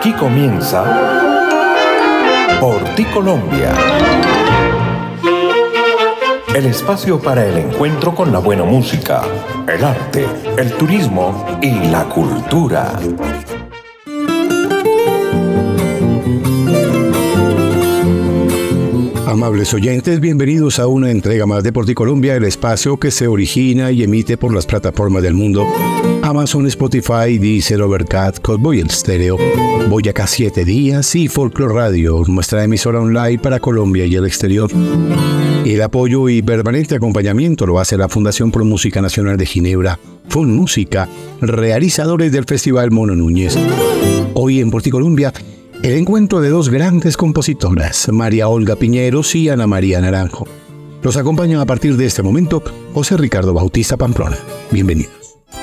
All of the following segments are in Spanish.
Aquí comienza Por Ti Colombia, el espacio para el encuentro con la buena música, el arte, el turismo y la cultura. Amables oyentes, bienvenidos a una entrega más de Por Ti Colombia, el espacio que se origina y emite por las plataformas del mundo Amazon, Spotify, Deezer, Overcast, Codeboy Stereo, Boyacá 7 Días y Folklore Radio, nuestra emisora online para Colombia y el exterior. El apoyo y permanente acompañamiento lo hace la Fundación Pro Música Nacional de Ginebra, Fun Música, realizadores del Festival Mono Núñez. Hoy en Por Ti Colombia, el encuentro de dos grandes compositoras, María Olga Piñeros y Ana María Naranjo. Los acompaña a partir de este momento José Ricardo Bautista Pamplona. Bienvenidos.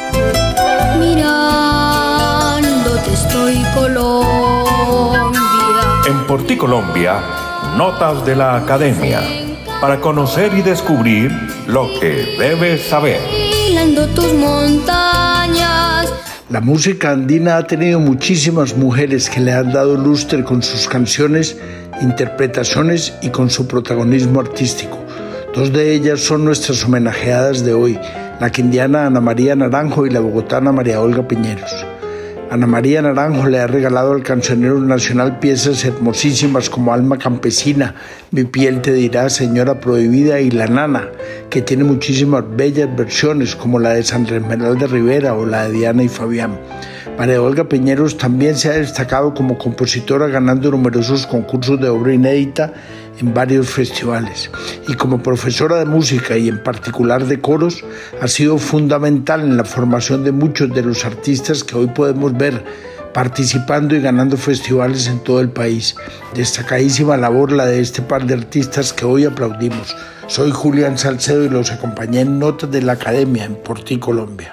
Mirándote estoy, Colombia. En Por Ti Colombia, notas de la academia, para conocer y descubrir lo que debes saber. Bailando tus montañas. La música andina ha tenido muchísimas mujeres que le han dado lustre con sus canciones, interpretaciones y con su protagonismo artístico. Dos de ellas son nuestras homenajeadas de hoy, la quindiana Ana María Naranjo y la bogotana María Olga Piñeros. Ana María Naranjo le ha regalado al cancionero nacional piezas hermosísimas como Alma Campesina, Mi piel te dirá, Señora Prohibida y La Nana, que tiene muchísimas bellas versiones como la de Sandra Esmeralda Rivera o la de Diana y Fabián. María Olga Piñeros también se ha destacado como compositora, ganando numerosos concursos de obra inédita en varios festivales. Y como profesora de música y en particular de coros, ha sido fundamental en la formación de muchos de los artistas que hoy podemos ver participando y ganando festivales en todo el país. Destacadísima labor la de este par de artistas que hoy aplaudimos. Soy Julián Salcedo y los acompañé en Notas de la Academia en Por Ti Colombia.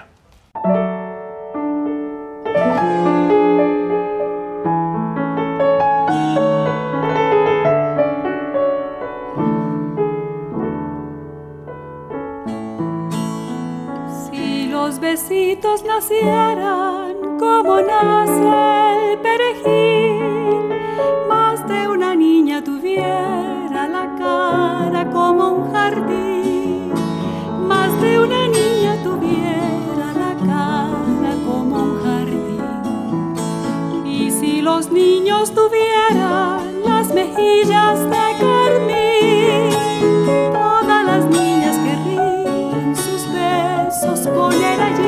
Besitos nacieran como nace el perejil, más de una niña tuviera la cara como un jardín, más de una niña tuviera la cara como un jardín. Y si los niños tuvieran las mejillas de carmín, todas las niñas querrían sus besos poner allí.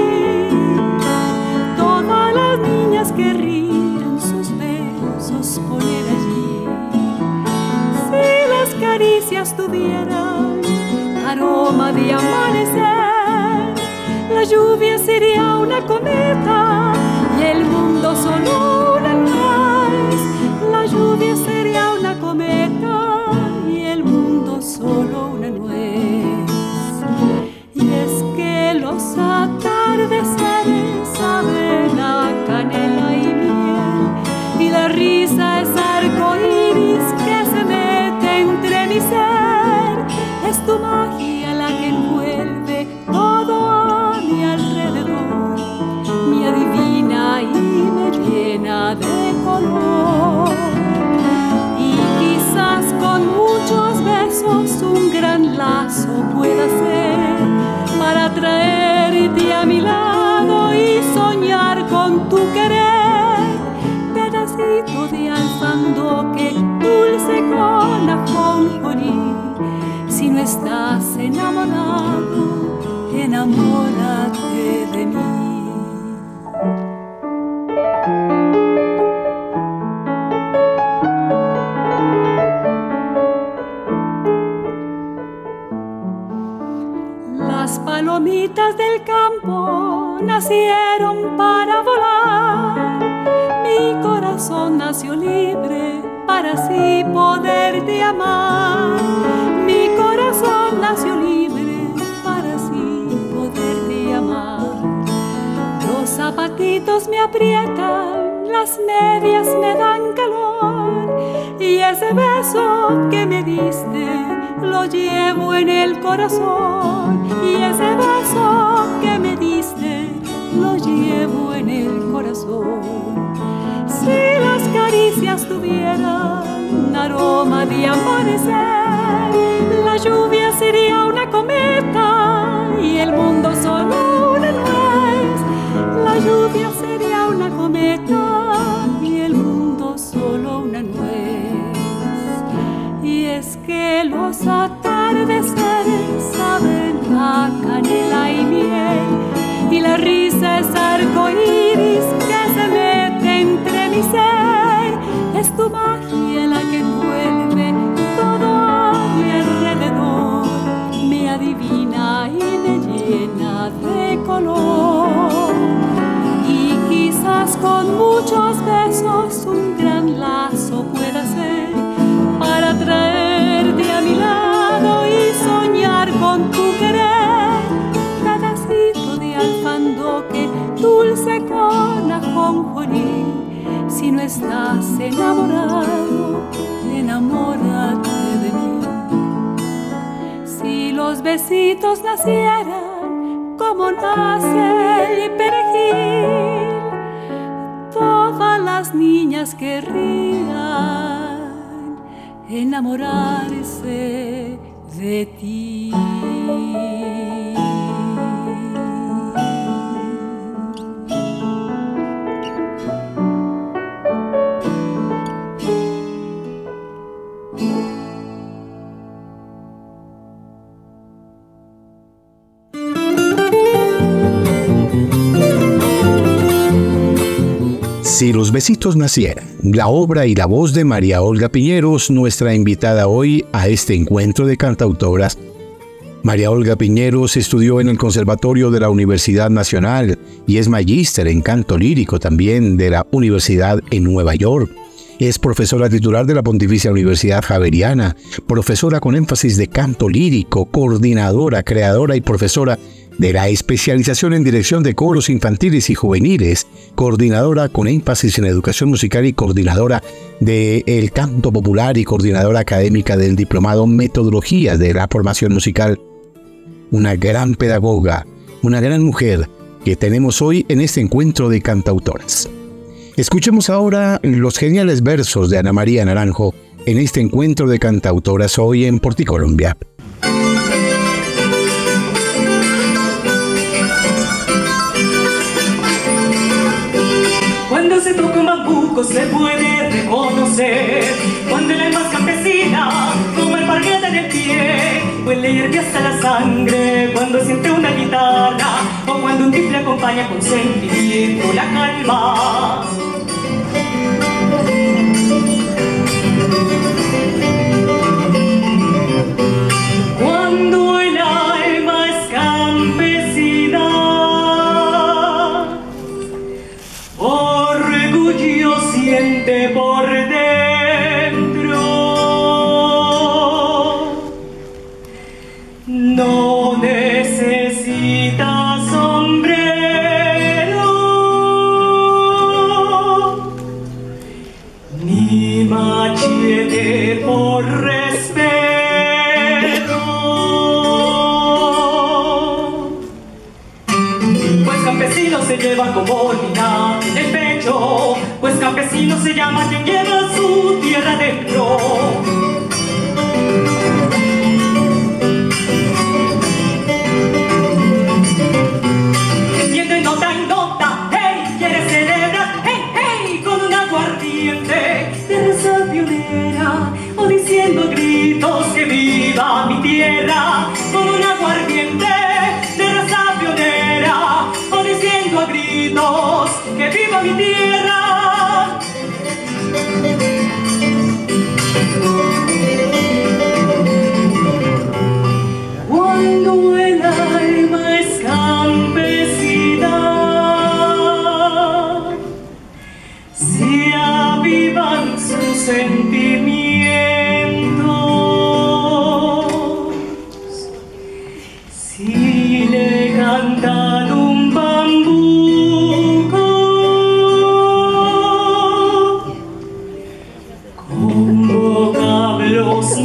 Todas las niñas querrían sus besos poner allí. Si las caricias tuvieran aroma de amanecer, la lluvia sería una cometa y el mundo solo una nuez. La lluvia sería una cometa y el mundo solo una nuez. Y es que los atardeceres saben a canela y miel, y la risa es arcoíris que se mete entre mi ser. Es tu magia la que envuelve todo a mi alrededor, me adivina y me llena de color. Y quizás con muchos besos un gran lazo pueda ser para traerte a mi lado y soñar con tu querer. Pedacito de alfandoque dulce con ajonjolí. Si no estás enamorado, enamórate de mí. Las palomitas del campo nacieron para volar. Mi corazón nació libre para así poderte amar. Mi corazón nació libre para así poderte amar. Los zapatitos me aprietan, las medias me dan calor, y ese beso que me diste lo llevo en el corazón, y ese beso que me diste lo llevo en el corazón. Si las hojas tuvieran aroma de amanecer, la lluvia sería una cometa y el mundo solo una nuez. La lluvia sería una cometa y el mundo solo una nuez. Y es que los atardeceres saben a canela y miel, y la risa es arcoíris que se mete entre mi ser. Es tu magia la que envuelve todo a mi alrededor, me adivina y me llena de color. Y quizás con muchos besos un gran lazo pueda ser para traerte a mi lado y soñar con tu querer. Pedacito de alfandoque dulce con ajonjolí, si no estás enamorado, enamórate de mí. Si los besitos nacieran como nace el perejil, todas las niñas querrían enamorarse de ti. Si los besitos nacieran, la obra y la voz de María Olga Piñeros, nuestra invitada hoy a este encuentro de cantautoras. María Olga Piñeros estudió en el Conservatorio de la Universidad Nacional y es magíster en canto lírico también de la Universidad en Nueva York. Es profesora titular de la Pontificia Universidad Javeriana, profesora con énfasis de canto lírico, coordinadora, creadora y profesora de la especialización en dirección de coros infantiles y juveniles, coordinadora con énfasis en educación musical y coordinadora del canto popular y coordinadora académica del diplomado Metodología de la Formación Musical. Una gran pedagoga, una gran mujer que tenemos hoy en este encuentro de cantautoras. Escuchemos ahora los geniales versos de Ana María Naranjo en este encuentro de cantautoras hoy en Porticolombia. Cuando se toca un bambuco se puede reconocer, cuando el alma es campesina, como el parguete del pie, pues le hierve hasta la sangre cuando siente una guitarra, o cuando un tifle acompaña con sentimiento la calma. Cuando el alma es campesina, orgullo siente por dentro, no necesita sombrero ni machete por respeto, pues campesino se lleva como lina en el pecho, pues campesino se llama quien lleva su tierra dentro. Siente nota en nota, hey, quiere celebrar, hey, hey, con un aguardiente de raza pionera, o diciendo a gritos que viva mi tierra, con un aguardiente de raza pionera, o diciendo a gritos que viva mi tierra. Cuando el alma es campesina, se avivan sus sentimientos. Si le cantan un bambuco con vocablos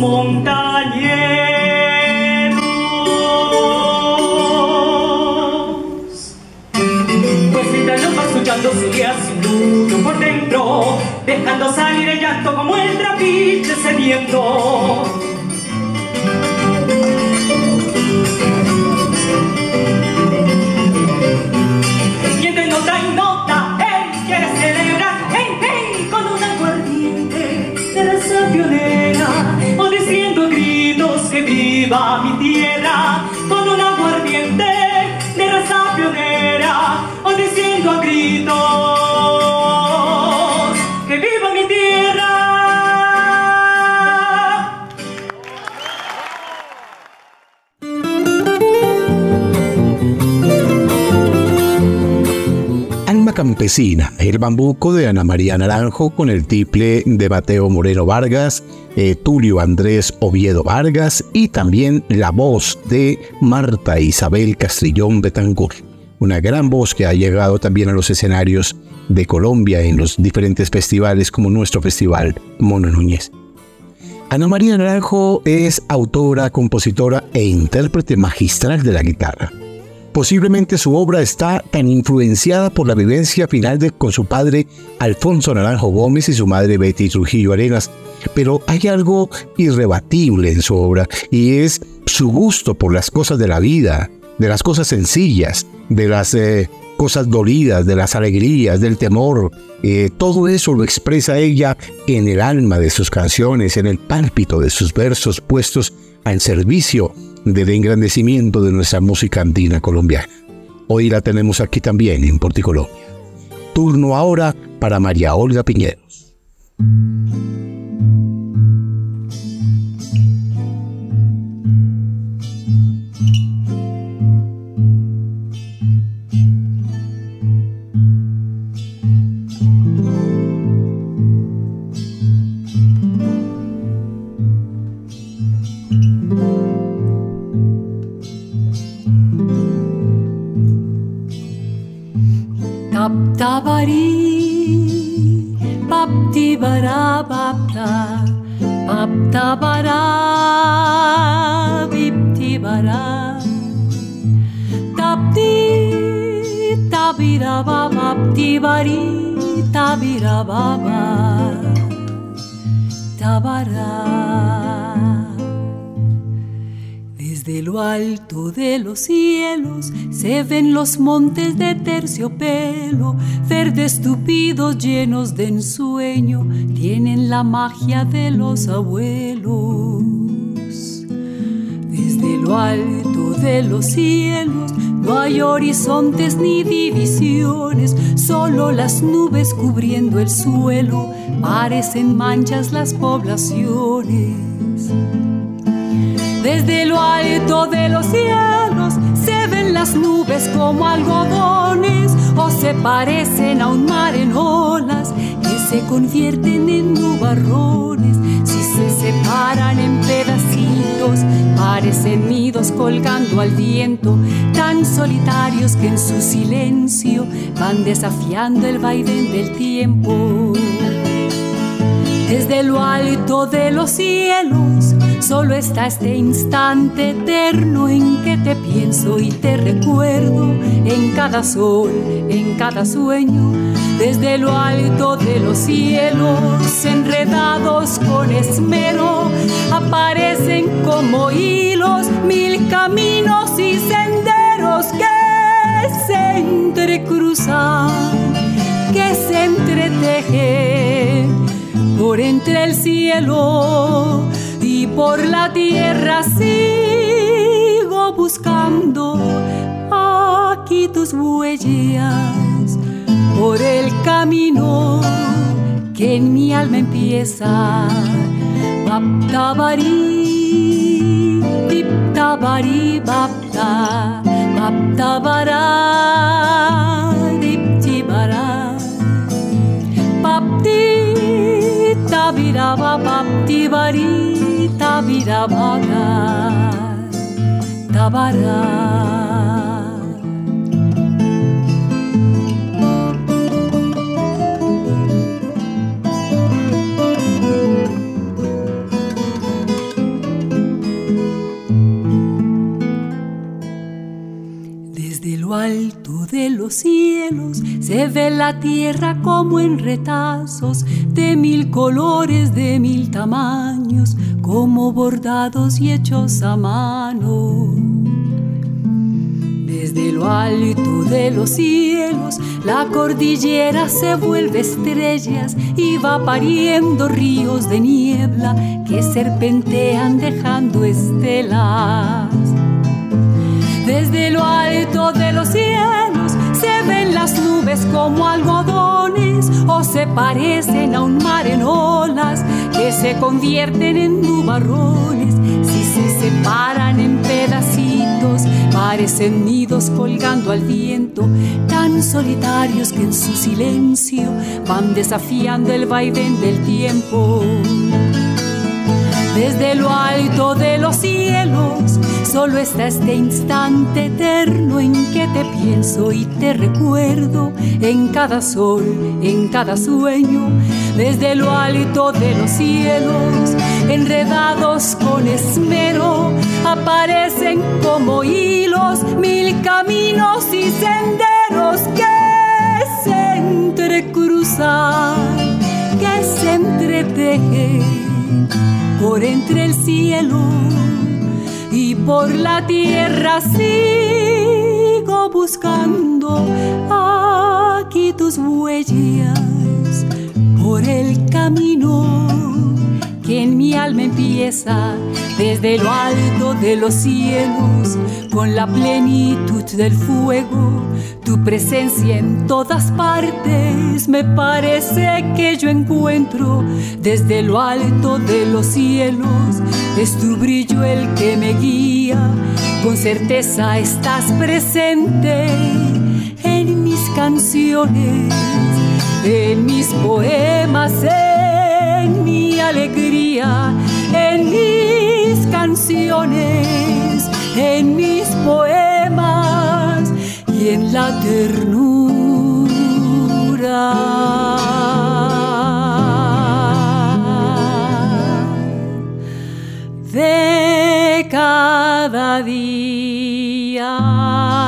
montañeros, pues mientras no va escuchando sería sin luto por dentro, dejando salir el llanto como el trapiche sediento. Y entre nota y nota, él quiere celebrar, hey, hey, con un aguardiente de raza pionera, o diciendo a gritos que viva mi tierra, con un aguardiente de raza pionera, o diciendo a gritos que viva mi tierra. Alma Campesina, el bambuco de Ana María Naranjo con el tiple de Mateo Moreno Vargas, Tulio Andrés Oviedo Vargas y también la voz de Marta Isabel Castrillón Betancourt. Una gran voz que ha llegado también a los escenarios de Colombia en los diferentes festivales como nuestro festival Mono Núñez. Ana María Naranjo es autora, compositora e intérprete magistral de la guitarra. Posiblemente su obra está tan influenciada por la vivencia final con su padre Alfonso Naranjo Gómez y su madre Betty Trujillo Arenas, pero hay algo irrebatible en su obra y es su gusto por las cosas de la vida, de las cosas sencillas, de las cosas dolidas, de las alegrías, del temor. Todo eso lo expresa ella en el alma de sus canciones, en el pálpito de sus versos puestos al servicio del engrandecimiento de nuestra música andina colombiana. Hoy la tenemos aquí también en Porticolombia. Turno ahora para María Olga Piñeros. Taptabari, paptibara, papta, paptabara, biptibara, tapti, tabiraba, paptibari, tabirababa, tabara. Desde lo alto de los cielos se ven los montes de terciopelo, verdes tupidos llenos de ensueño, tienen la magia de los abuelos. Desde lo alto de los cielos no hay horizontes ni divisiones, solo las nubes cubriendo el suelo, parecen manchas las poblaciones. Desde lo alto de los cielos se ven las nubes como algodones, o se parecen a un mar en olas que se convierten en nubarrones. Si se separan en pedacitos, parecen nidos colgando al viento, tan solitarios que en su silencio van desafiando el vaivén del tiempo. Desde lo alto de los cielos solo está este instante eterno en que te pienso y te recuerdo, en cada sol, en cada sueño. Desde lo alto de los cielos, enredados con esmero, aparecen como hilos mil caminos y senderos que se entrecruzan, que se entretejen por entre el cielo y por la tierra. Sigo buscando aquí tus huellas por el camino que en mi alma empieza. Baptabari, diptabari, bapta, baptabara, diptibara, bapti, tabiraba, baptibari, tabirabaga, tabara. Desde lo alto de los cielos Se ve la tierra como en retazos de 1000 colores, de 1000 tamaños, como bordados y hechos a mano. Desde lo alto de los cielos, la cordillera se vuelve estrellas y va pariendo ríos de niebla que serpentean dejando estelas. Desde lo alto de los cielos se ven las nubes como algodones o se parecen a un mar en olas que se convierten en nubarrones. Si se separan en pedacitos, parecen nidos colgando al viento, tan solitarios que en su silencio van desafiando el vaivén del tiempo. Desde lo alto de los cielos solo está este instante eterno en que te pienso y te recuerdo, en cada sol, en cada sueño. Desde lo alto de los cielos, enredados con esmero, aparecen como hilos 1000 caminos y senderos que se entrecruzan, que se entretejen por entre el cielo y por la tierra. Sigo buscando aquí tus huellas por el camino que en mi alma empieza desde lo alto de los cielos, con la plenitud del fuego, tu presencia en todas partes. Me parece que yo encuentro desde lo alto de los cielos, es tu brillo el que me guía, con certeza estás presente en mis canciones, en mis poemas, en mi alegría, en mis canciones, en mis poemas y en la ternura de cada día.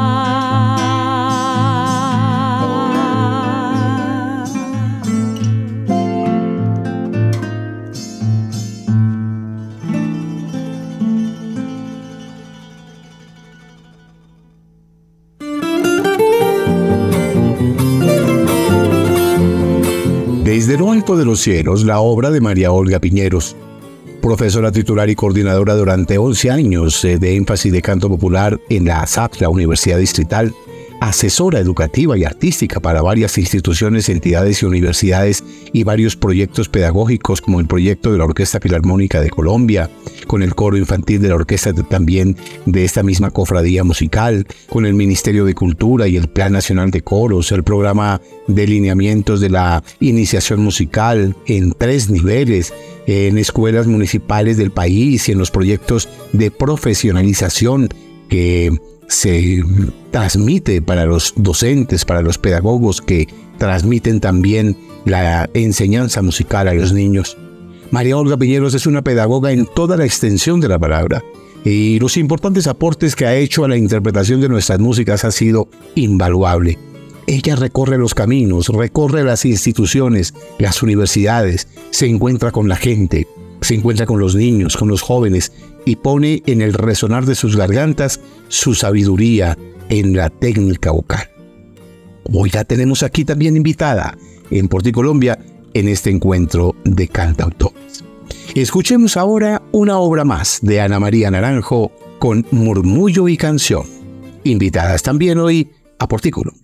Desde lo alto de los cielos, la obra de María Olga Piñeros, profesora titular y coordinadora durante 11 años de énfasis de canto popular en la ASAP, la Universidad Distrital, asesora educativa y artística para varias instituciones, entidades y universidades y varios proyectos pedagógicos como el proyecto de la Orquesta Filarmónica de Colombia, con el coro infantil de la orquesta también de esta misma cofradía musical, con el Ministerio de Cultura y el Plan Nacional de Coros, el programa de lineamientos de la iniciación musical en 3 niveles, en escuelas municipales del país y en los proyectos de profesionalización que se transmite para los docentes, para los pedagogos que transmiten también la enseñanza musical a los niños. María Olga Piñeros es una pedagoga en toda la extensión de la palabra y los importantes aportes que ha hecho a la interpretación de nuestras músicas ha sido invaluable. Ella recorre los caminos, recorre las instituciones, las universidades, se encuentra con la gente, se encuentra con los niños, con los jóvenes y pone en el resonar de sus gargantas su sabiduría en la técnica vocal. Hoy la tenemos aquí también invitada en Porticolombia en este encuentro de cantautores. Escuchemos ahora una obra más de Ana María Naranjo con Murmullo y Canción, invitadas también hoy a Porticolombia.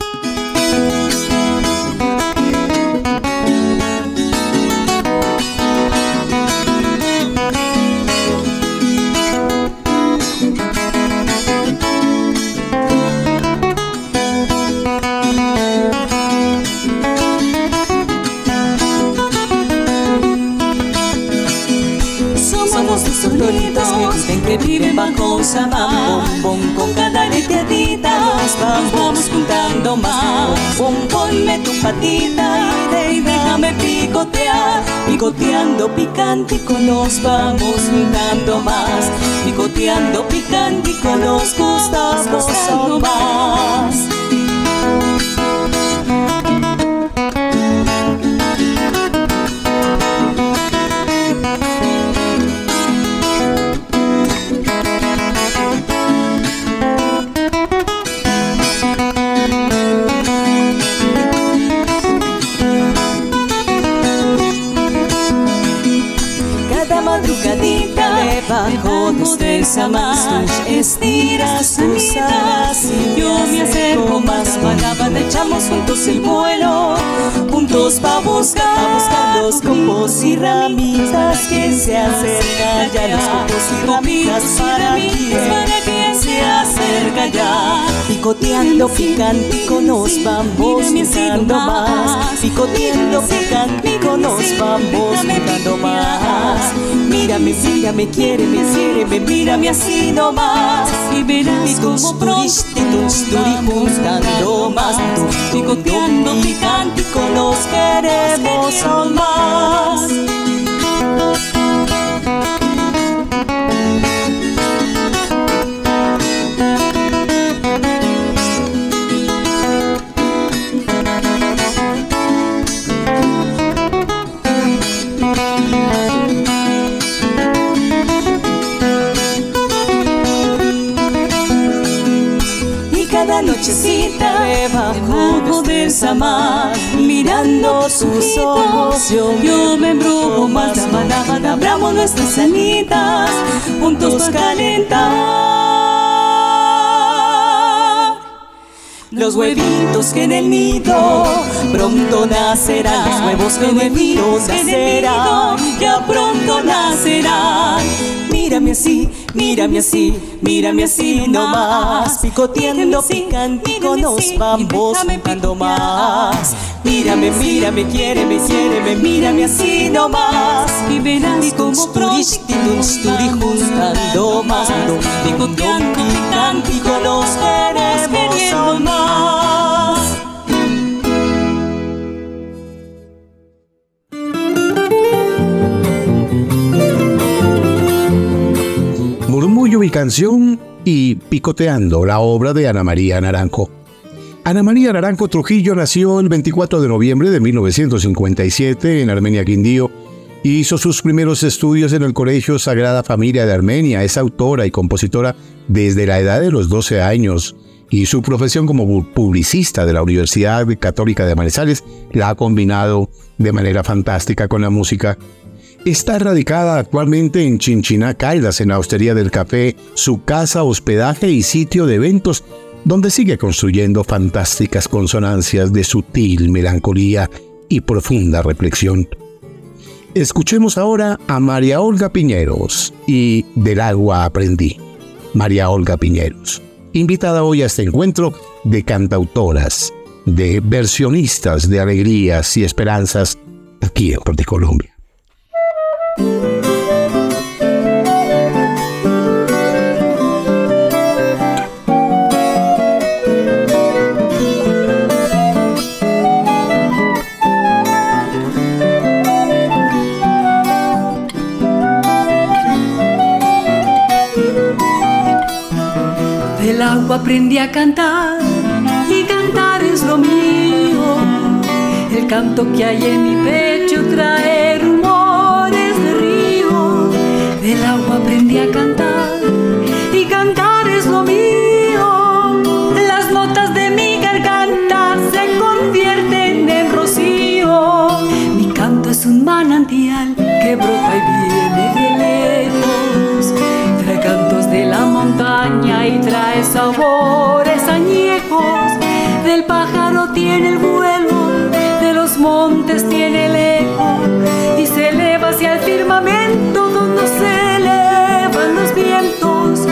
Que viven bajo un sabán, con cada aletadita nos vamos juntando más. Ponme tu patita y déjame picotear, picoteando picántico nos vamos juntando más, picoteando picántico nos gustamos gozando más. puedes desamar. Estiras tus alas y yo me acerco más. Para echamos juntos el vuelo, juntos pa' buscar los copos y ramitas que se acercan ya. Los copos y ramitas para quien se acerca ya. Picoteando picantico nos vamos buscando más. Picoteando picantico nos vamos buscando más. Mírame, mírame, quiéreme, mírame así nomás. Y verás como pronto juntando más. Picoteando picantico nos queremos aún más. Nochecita debajo del samar, mirando sus ojos, yo me embrujo más. Abramos nuestras alitas, juntos calentar los huevitos que en el nido pronto nacerán. Los huevos que en el nido nacerán, ya pronto nacerán. Mírame así, mírame así, mírame así nomás. Picoteando picantico nos vamos buscando más. Mírame, mírame, quiéreme, mírame así nomás. Y verás como pronto juntando más. Picoteando picantico nos queremos aún más. Murmullo y canción y Picoteando, la obra de Ana María Naranjo. Ana María Naranjo Trujillo nació el 24 de noviembre de 1957 en Armenia, Quindío, y hizo sus primeros estudios en el Colegio Sagrada Familia de Armenia. Es autora y compositora desde la edad de los 12 años, y su profesión como publicista de la Universidad Católica de Manizales la ha combinado de manera fantástica con la música. Está radicada actualmente en Chinchiná, Caldas, en la Hostería del Café, su casa, hospedaje y sitio de eventos, donde sigue construyendo fantásticas consonancias de sutil melancolía y profunda reflexión. Escuchemos ahora a María Olga Piñeros y Del agua aprendí. María Olga Piñeros, invitada hoy a este encuentro de cantautoras, de versionistas de alegrías y esperanzas aquí en PortiColombia. Del agua aprendí a cantar y cantar es lo mío. El canto que hay en mi pecho trae rumores de río. Del agua aprendí a cantar y cantar es lo mío. Las notas de mi garganta se convierten en rocío. Mi canto es un manantial que brota y viene de lejos. Trae cantos de la montaña y trae sabores añejos. Del pájaro tiene el vuelo, de los montes tiene el eco, y se eleva hacia el firmamento donde se elevan los vientos.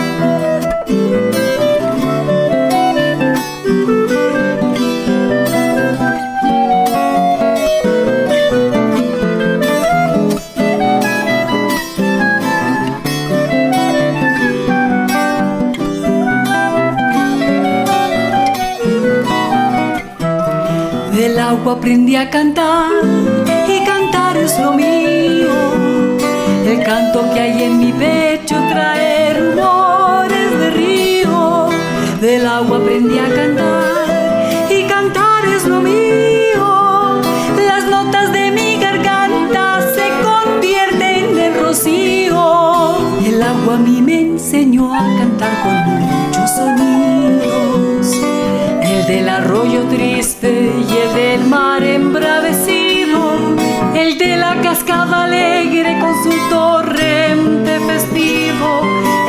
Del agua aprendí a cantar y cantar es lo mío. El canto que hay en mi pecho trae rumores de río. Del agua aprendí a cantar y cantar es lo mío. Las notas de mi garganta se convierten en rocío. El agua a mí me enseñó a cantar con muchos sonidos. El del arroyo triste y el del mar embravecido, el de la cascada alegre con su torrente festivo,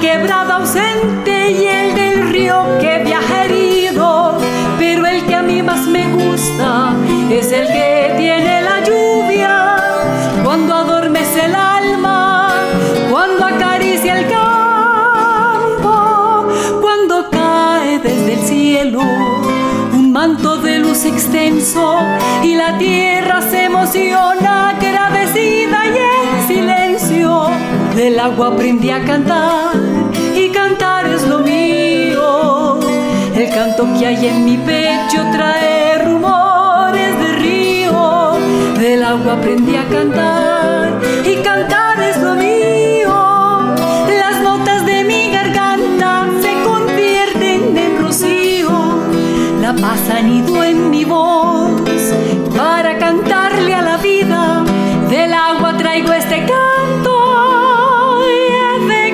quebrada ausente y el del río que viaja herido, pero el que a mí más me gusta es el que tiene la lluvia, cuando adormece el alma, cuando acaricia el campo, cuando cae desde el cielo un manto de luz extenso y la tierra se emociona agradecida y en silencio del agua aprendí a cantar y cantar es lo mío. El canto que hay en mi pecho trae rumores de río. Del agua aprendí a cantar y cantar es lo mío. Las notas de mi garganta se convierten en rocío. La paz anidó en mi voz para cantarle a la vida. Del agua traigo este canto y he de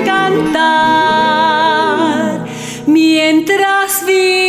cantar mientras viva.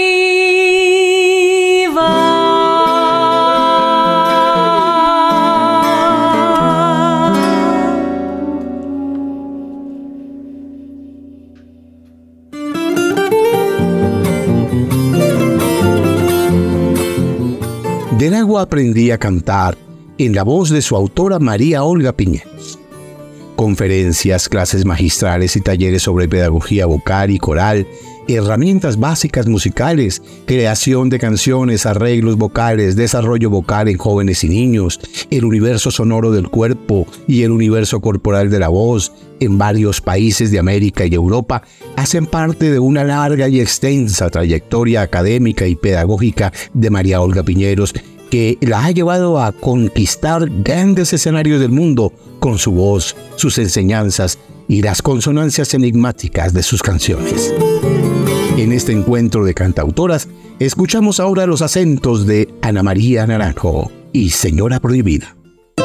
Del agua aprendí a cantar, en la voz de su autora María Olga Piñeros. Conferencias, clases magistrales y talleres sobre pedagogía vocal y coral, herramientas básicas musicales, creación de canciones, arreglos vocales, desarrollo vocal en jóvenes y niños, el universo sonoro del cuerpo y el universo corporal de la voz en varios países de América y Europa hacen parte de una larga y extensa trayectoria académica y pedagógica de María Olga Piñeros, que la ha llevado a conquistar grandes escenarios del mundo con su voz, sus enseñanzas y las consonancias enigmáticas de sus canciones. En este encuentro de cantautoras, escuchamos ahora los acentos de Ana María Naranjo y Señora Prohibida.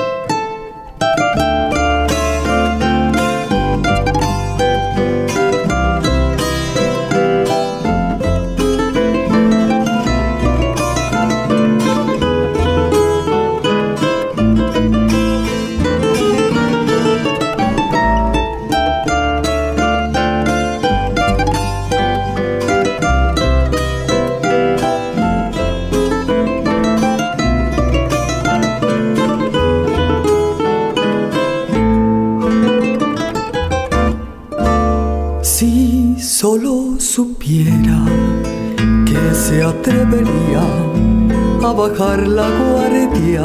Solo supiera que se atrevería a bajar la guardia,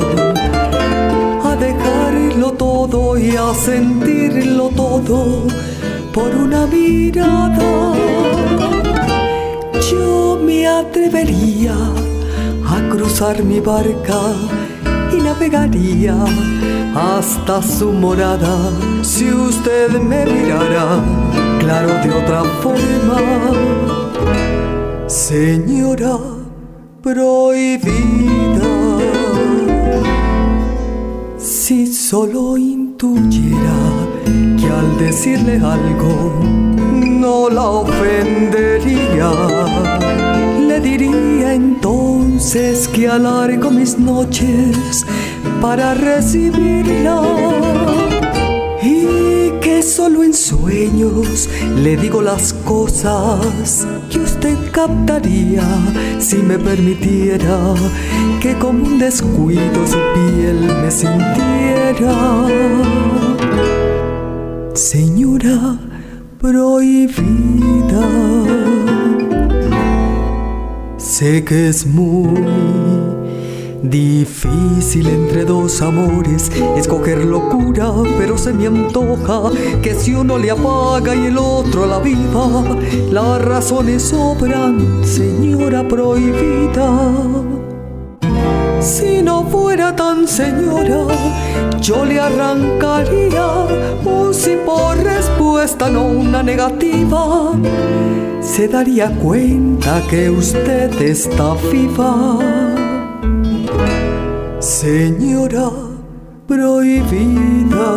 a dejarlo todo y a sentirlo todo por una mirada. Yo me atrevería a cruzar mi barca y navegaría hasta su morada. Si usted me mirara claro de otra forma, señora prohibida. Si solo intuyera que al decirle algo no la ofendería, le diría entonces que alargo mis noches para recibirla y que solo en sueños le digo las cosas que usted captaría si me permitiera que como un descuido su piel me sintiera. Señora prohibida, sé que es muy difícil entre dos amores escoger locura, pero se me antoja que si uno le apaga y el otro la viva, las razones sobran, señora prohibida. Si no fuera tan señora, yo le arrancaría un sí por respuesta, no una negativa. Se daría cuenta que usted está viva, señora prohibida.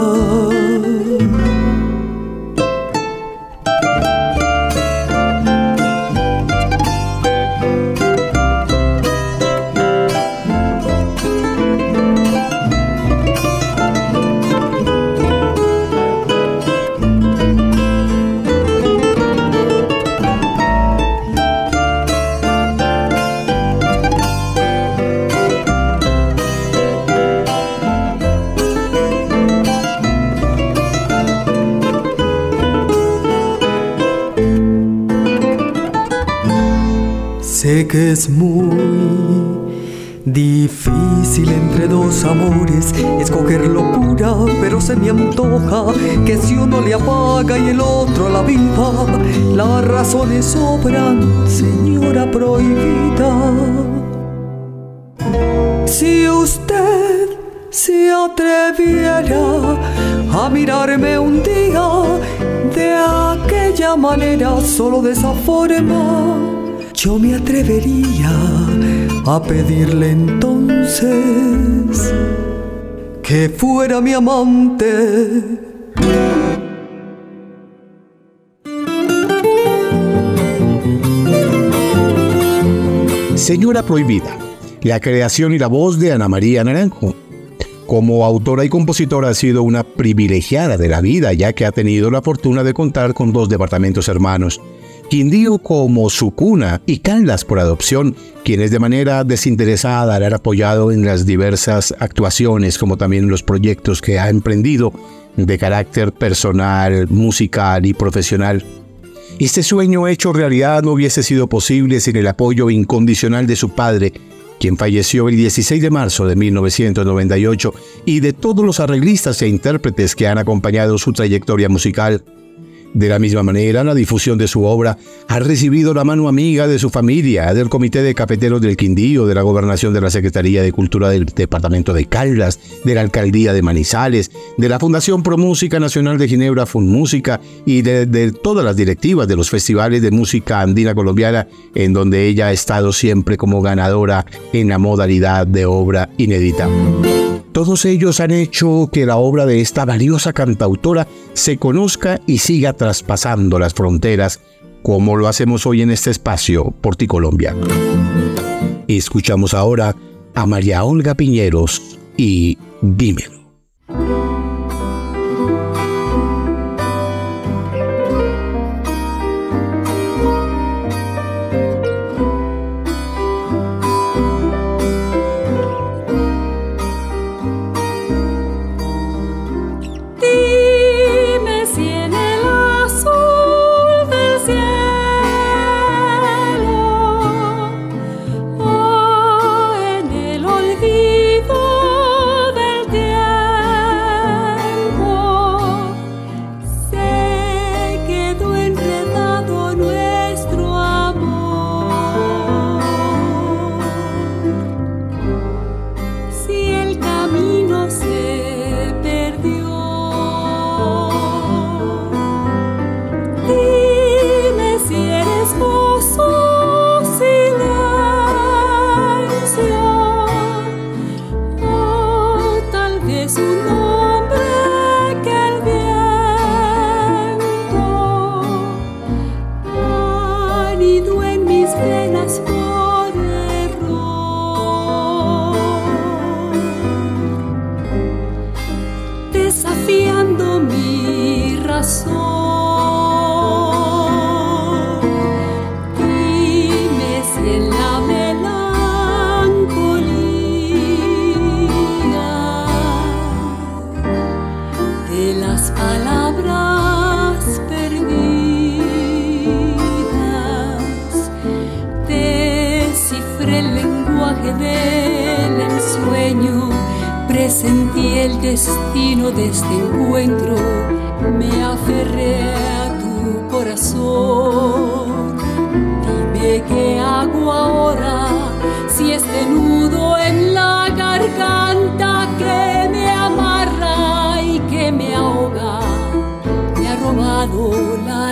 que es muy difícil entre dos amores escoger locura, pero se me antoja que si uno le apaga y el otro la viva, las razones sobran, señora prohibida. Si usted se atreviera a mirarme un día de aquella manera, solo de esa forma, yo me atrevería a pedirle entonces que fuera mi amante. Señora Prohibida, la creación y la voz de Ana María Naranjo. Como autora y compositora ha sido una privilegiada de la vida, ya que ha tenido la fortuna de contar con 2 departamentos hermanos, Quindío como su cuna y Caldas por adopción, quienes de manera desinteresada la han apoyado en las diversas actuaciones, como también en los proyectos que ha emprendido de carácter personal, musical y profesional. Este sueño hecho realidad no hubiese sido posible sin el apoyo incondicional de su padre, quien falleció el 16 de marzo de 1998, y de todos los arreglistas e intérpretes que han acompañado su trayectoria musical. De la misma manera, la difusión de su obra ha recibido la mano amiga de su familia, del Comité de Cafeteros del Quindío, de la Gobernación de la Secretaría de Cultura del Departamento de Caldas, de la Alcaldía de Manizales, de la Fundación Pro Música Nacional de Ginebra, FunMúsica, y de todas las directivas de los festivales de música andina colombiana, en donde ella ha estado siempre como ganadora en la modalidad de obra inédita. Todos ellos han hecho que la obra de esta valiosa cantautora se conozca y siga traspasando las fronteras, como lo hacemos hoy en este espacio Porticolombia. Escuchamos ahora a María Olga Piñeros y Dímelo. Presentí el destino de este encuentro, me aferré a tu corazón. Dime qué hago ahora, si este nudo en la garganta que me amarra y que me ahoga, me ha robado la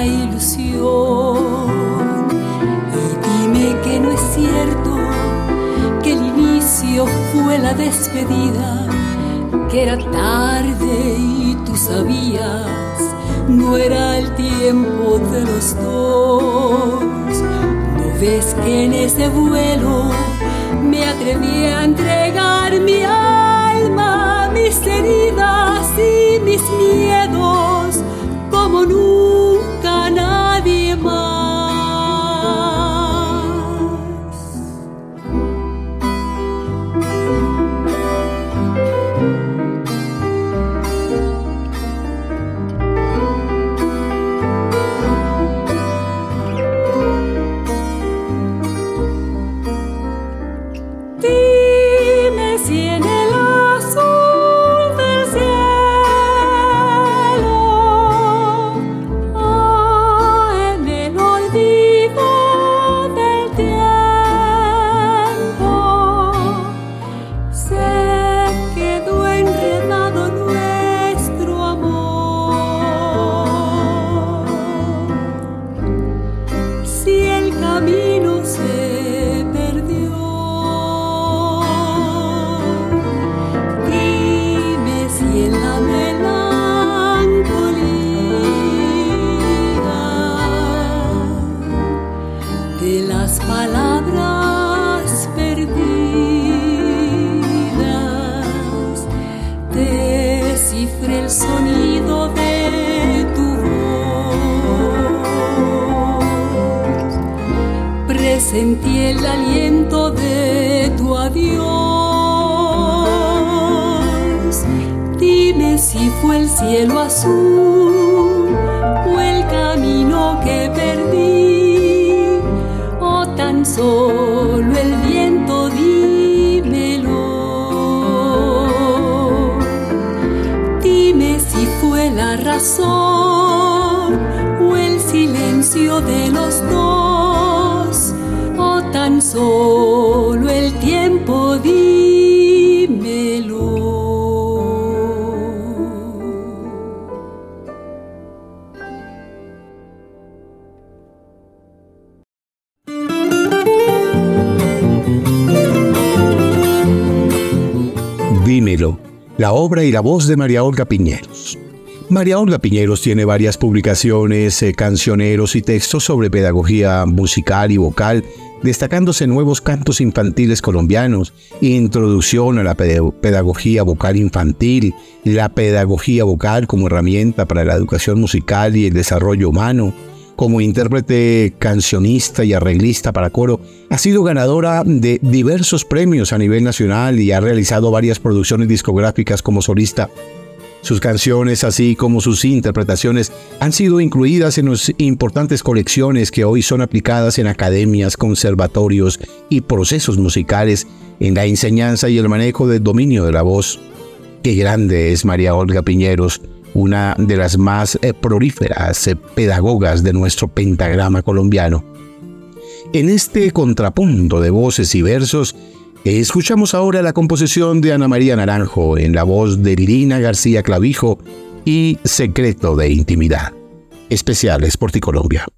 ilusión. Y dime que no es cierto, que el inicio fue la despedida, que era tarde y tú sabías, no era el tiempo de los dos. ¿No ves que en ese vuelo me atreví a entregar mi alma, mis heridas y mis miedos, como nunca nadie más? si fue el cielo azul o el camino que perdí, o tan solo el viento, dímelo. Dime si fue la razón o el silencio de los dos, o tan solo el tiempo, dímelo. Dímelo, la obra y la voz de María Olga Piñeros. María Olga Piñeros tiene varias publicaciones, cancioneros y textos sobre pedagogía musical y vocal, destacándose nuevos cantos infantiles colombianos, introducción a la pedagogía vocal infantil, la pedagogía vocal como herramienta para la educación musical y el desarrollo humano. Como intérprete, cancionista y arreglista para coro, ha sido ganadora de diversos premios a nivel nacional y ha realizado varias producciones discográficas como solista. Sus canciones, así como sus interpretaciones, han sido incluidas en las importantes colecciones que hoy son aplicadas en academias, conservatorios y procesos musicales, en la enseñanza y el manejo del dominio de la voz. Qué grande es María Olga Piñeros, una de las más prolíferas pedagogas de nuestro pentagrama colombiano. En este contrapunto de voces y versos, escuchamos ahora la composición de Ana María Naranjo en la voz de Lina García Clavijo y Secreto de Intimidad. Especiales por Porticolombia.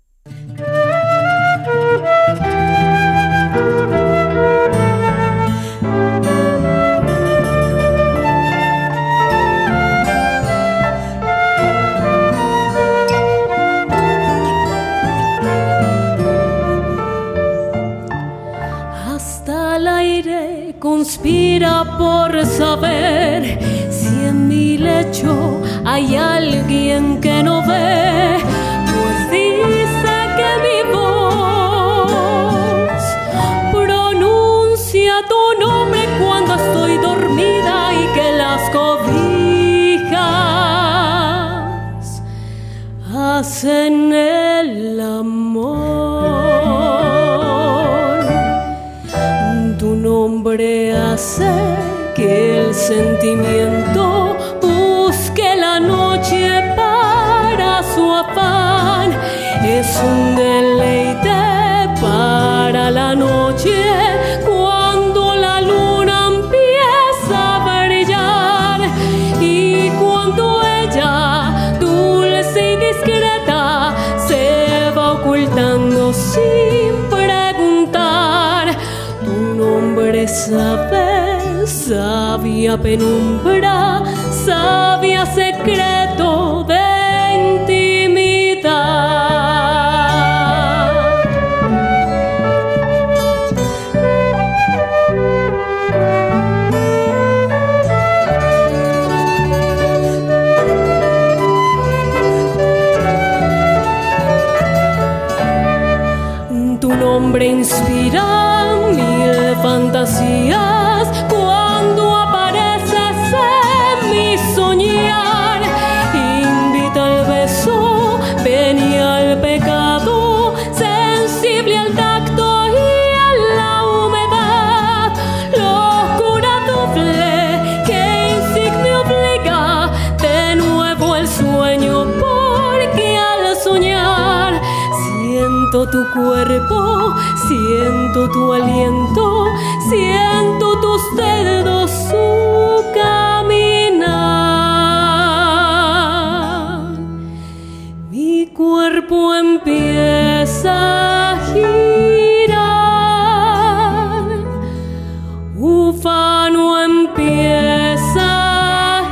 Conspira por saber si en mi lecho hay alguien que no ve, pues dice que mi voz pronuncia tu nombre cuando estoy dormida y que las cobijas hacen el amor. Tu nombre hace que el sentimiento busque la noche para su afán. Es un deleite para la noche cuando la luna empieza a brillar y cuando ella, dulce y discreta, se va ocultando sin preguntar. Tu nombre sabe, sabia penumbra, sabia secreto de intimidad. Tu nombre inspira mil fantasías cuando apareces en mi soñar. Invita al beso, ven y al pecado, sensible al tacto y a la humedad. Locura doble que insigne obliga de nuevo el sueño, porque al soñar siento tu cuerpo, siento tu aliento, siento tus dedos su caminar. Mi cuerpo empieza a girar, ufano empieza a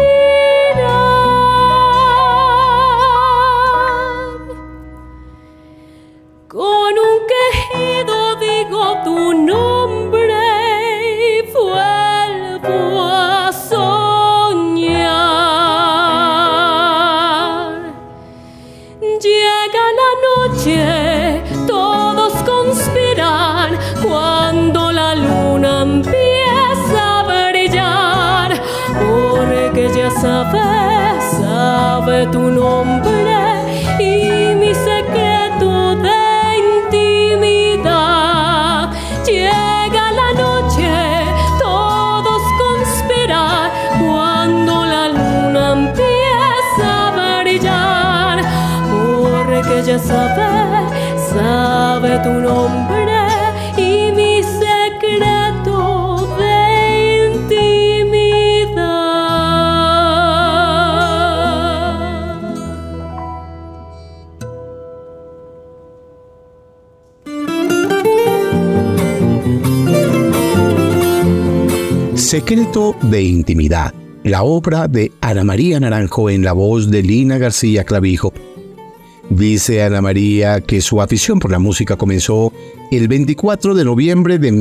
girar. Con un quejido digo tu nombre y vuelvo a soñar. Llega la noche, todos conspiran cuando la luna empieza a brillar. sabe tu nombre y mi secreto de intimidad. Llega la noche, todos conspiran cuando la luna empieza a brillar, porque ella sabe tu nombre y mi secreto de Secreto de intimidad, la obra de Ana María Naranjo en la voz de Lina García Clavijo. Dice Ana María que su afición por la música comenzó el 24 de noviembre de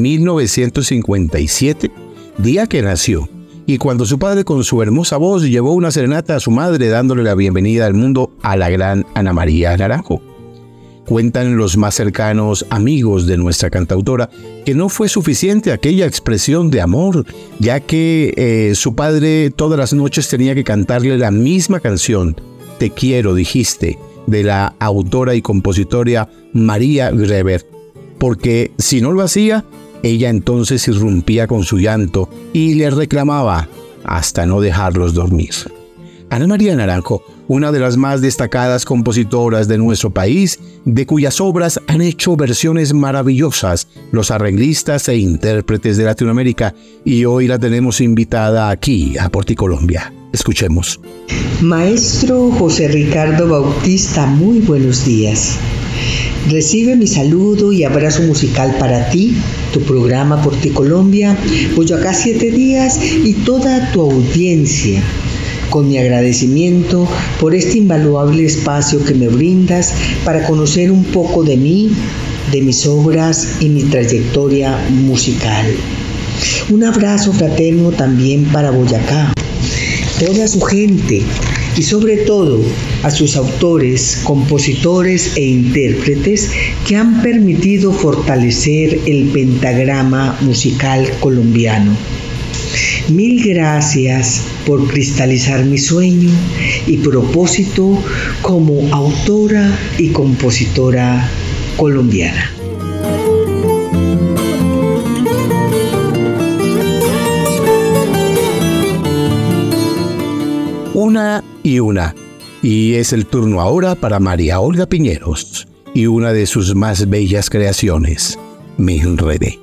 1957, día que nació, y cuando su padre con su hermosa voz llevó una serenata a su madre dándole la bienvenida al mundo a la gran Ana María Naranjo. Cuentan los más cercanos amigos de nuestra cantautora que no fue suficiente aquella expresión de amor, ya que su padre todas las noches tenía que cantarle la misma canción, Te quiero, dijiste, de la autora y compositora María Greber, porque si no lo hacía, ella entonces irrumpía con su llanto y le reclamaba hasta no dejarlos dormir. Ana María Naranjo, una de las más destacadas compositoras de nuestro país, de cuyas obras han hecho versiones maravillosas los arreglistas e intérpretes de Latinoamérica, y hoy la tenemos invitada aquí a Porticolombia. Escuchemos. Maestro José Ricardo Bautista, muy buenos días. Recibe mi saludo y abrazo musical para ti, tu programa Porticolombia, Boyacá 7 días y toda tu audiencia. Con mi agradecimiento por este invaluable espacio que me brindas para conocer un poco de mí, de mis obras y mi trayectoria musical. Un abrazo fraterno también para Boyacá, toda su gente y sobre todo a sus autores, compositores e intérpretes que han permitido fortalecer el pentagrama musical colombiano. Mil gracias por cristalizar mi sueño y propósito como autora y compositora colombiana. Una, y es el turno ahora para María Olga Piñeros y una de sus más bellas creaciones, Me enredé.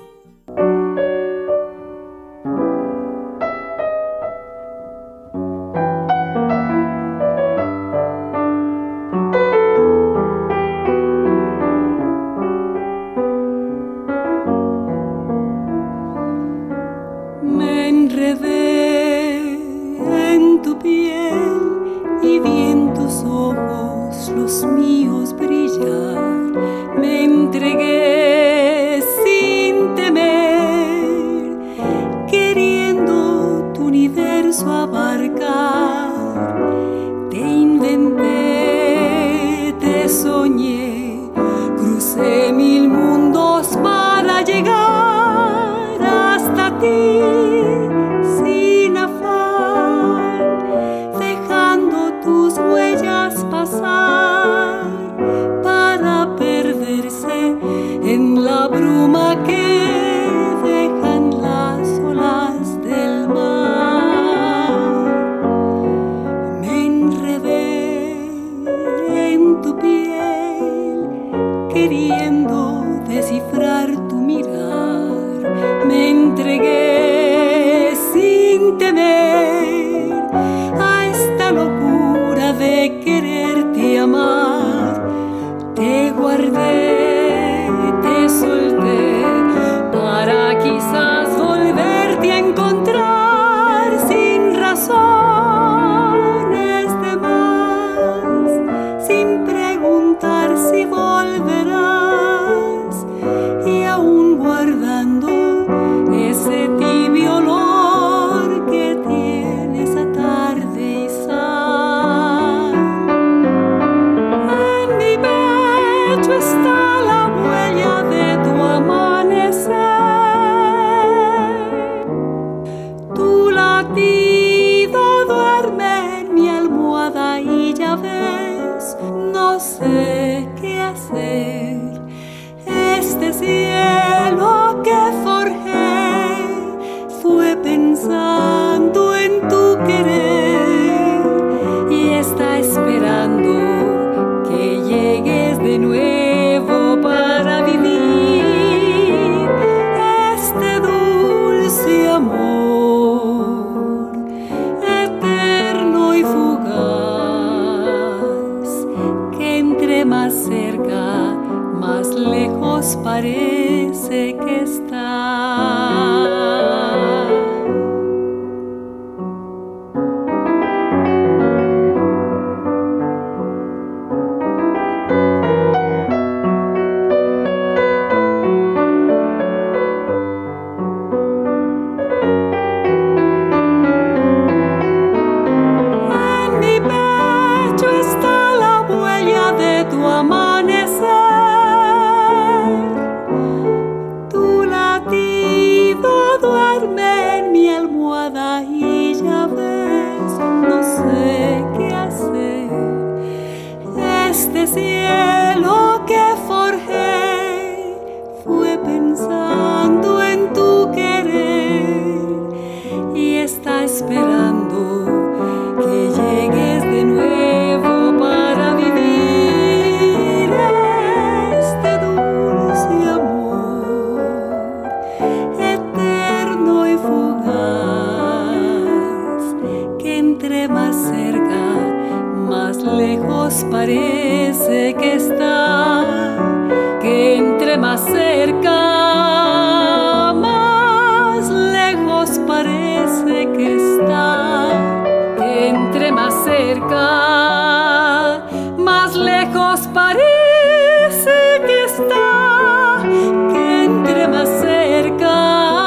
Tu latido duerme no sé qué hacer. Este cielo que forjé fue pensando en tu querer y está esperando que llegues de nuevo para vivir este dulce amor eterno y fugaz, que entre más cerca, más lejos parece que está. Este cielo que forjé fue pensando en tu querer y está esperando que llegues de nuevo para vivir este dulce amor eterno y fugaz, que entre más cerca, más lejos parece que está, que entre más cerca, más lejos parece que está, que entre más cerca, más lejos parece que está, que entre más cerca,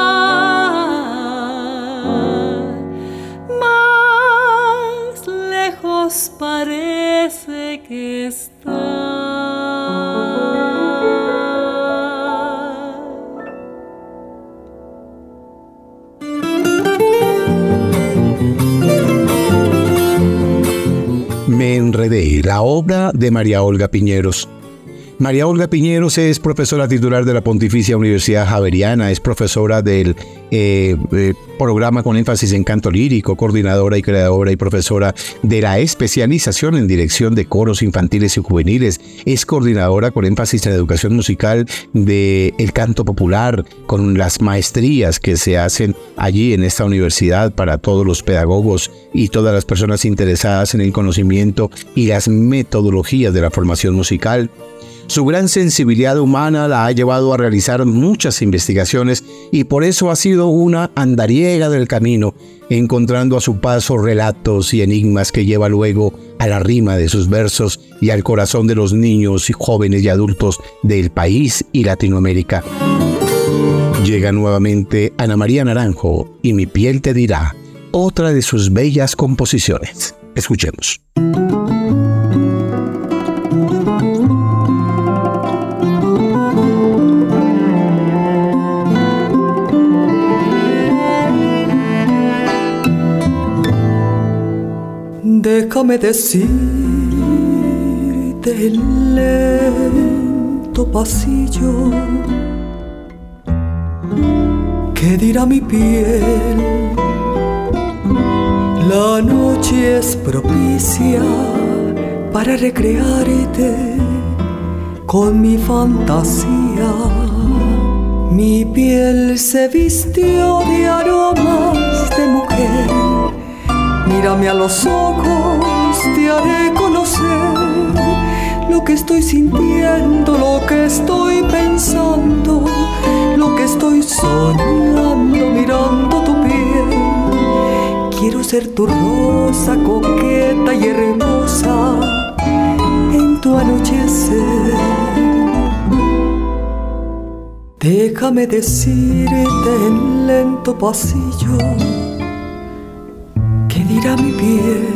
más lejos parece que está. Me enredé, la obra de María Olga Piñeros. María Olga Piñeros es profesora titular de la Pontificia Universidad Javeriana, es profesora del programa con énfasis en canto lírico, coordinadora y creadora y profesora de la especialización en dirección de coros infantiles y juveniles, es coordinadora con énfasis en educación musical del canto popular, con las maestrías que se hacen allí en esta universidad para todos los pedagogos y todas las personas interesadas en el conocimiento y las metodologías de la formación musical. Su gran sensibilidad humana la ha llevado a realizar muchas investigaciones y por eso ha sido una andariega del camino, encontrando a su paso relatos y enigmas que lleva luego a la rima de sus versos y al corazón de los niños y jóvenes y adultos del país y Latinoamérica. Llega nuevamente Ana María Naranjo y Mi piel te dirá, otra de sus bellas composiciones. Escuchemos. Déjame decirte el lento pasillo que dirá mi piel. La noche es propicia para recrearte con mi fantasía. Mi piel se vistió de aromas de mujer. Mírame a los ojos, te haré conocer lo que estoy sintiendo, lo que estoy pensando, lo que estoy soñando mirando tu piel. Quiero ser tu rosa coqueta y hermosa en tu anochecer. Déjame decirte en lento pasillo que dirá mi piel.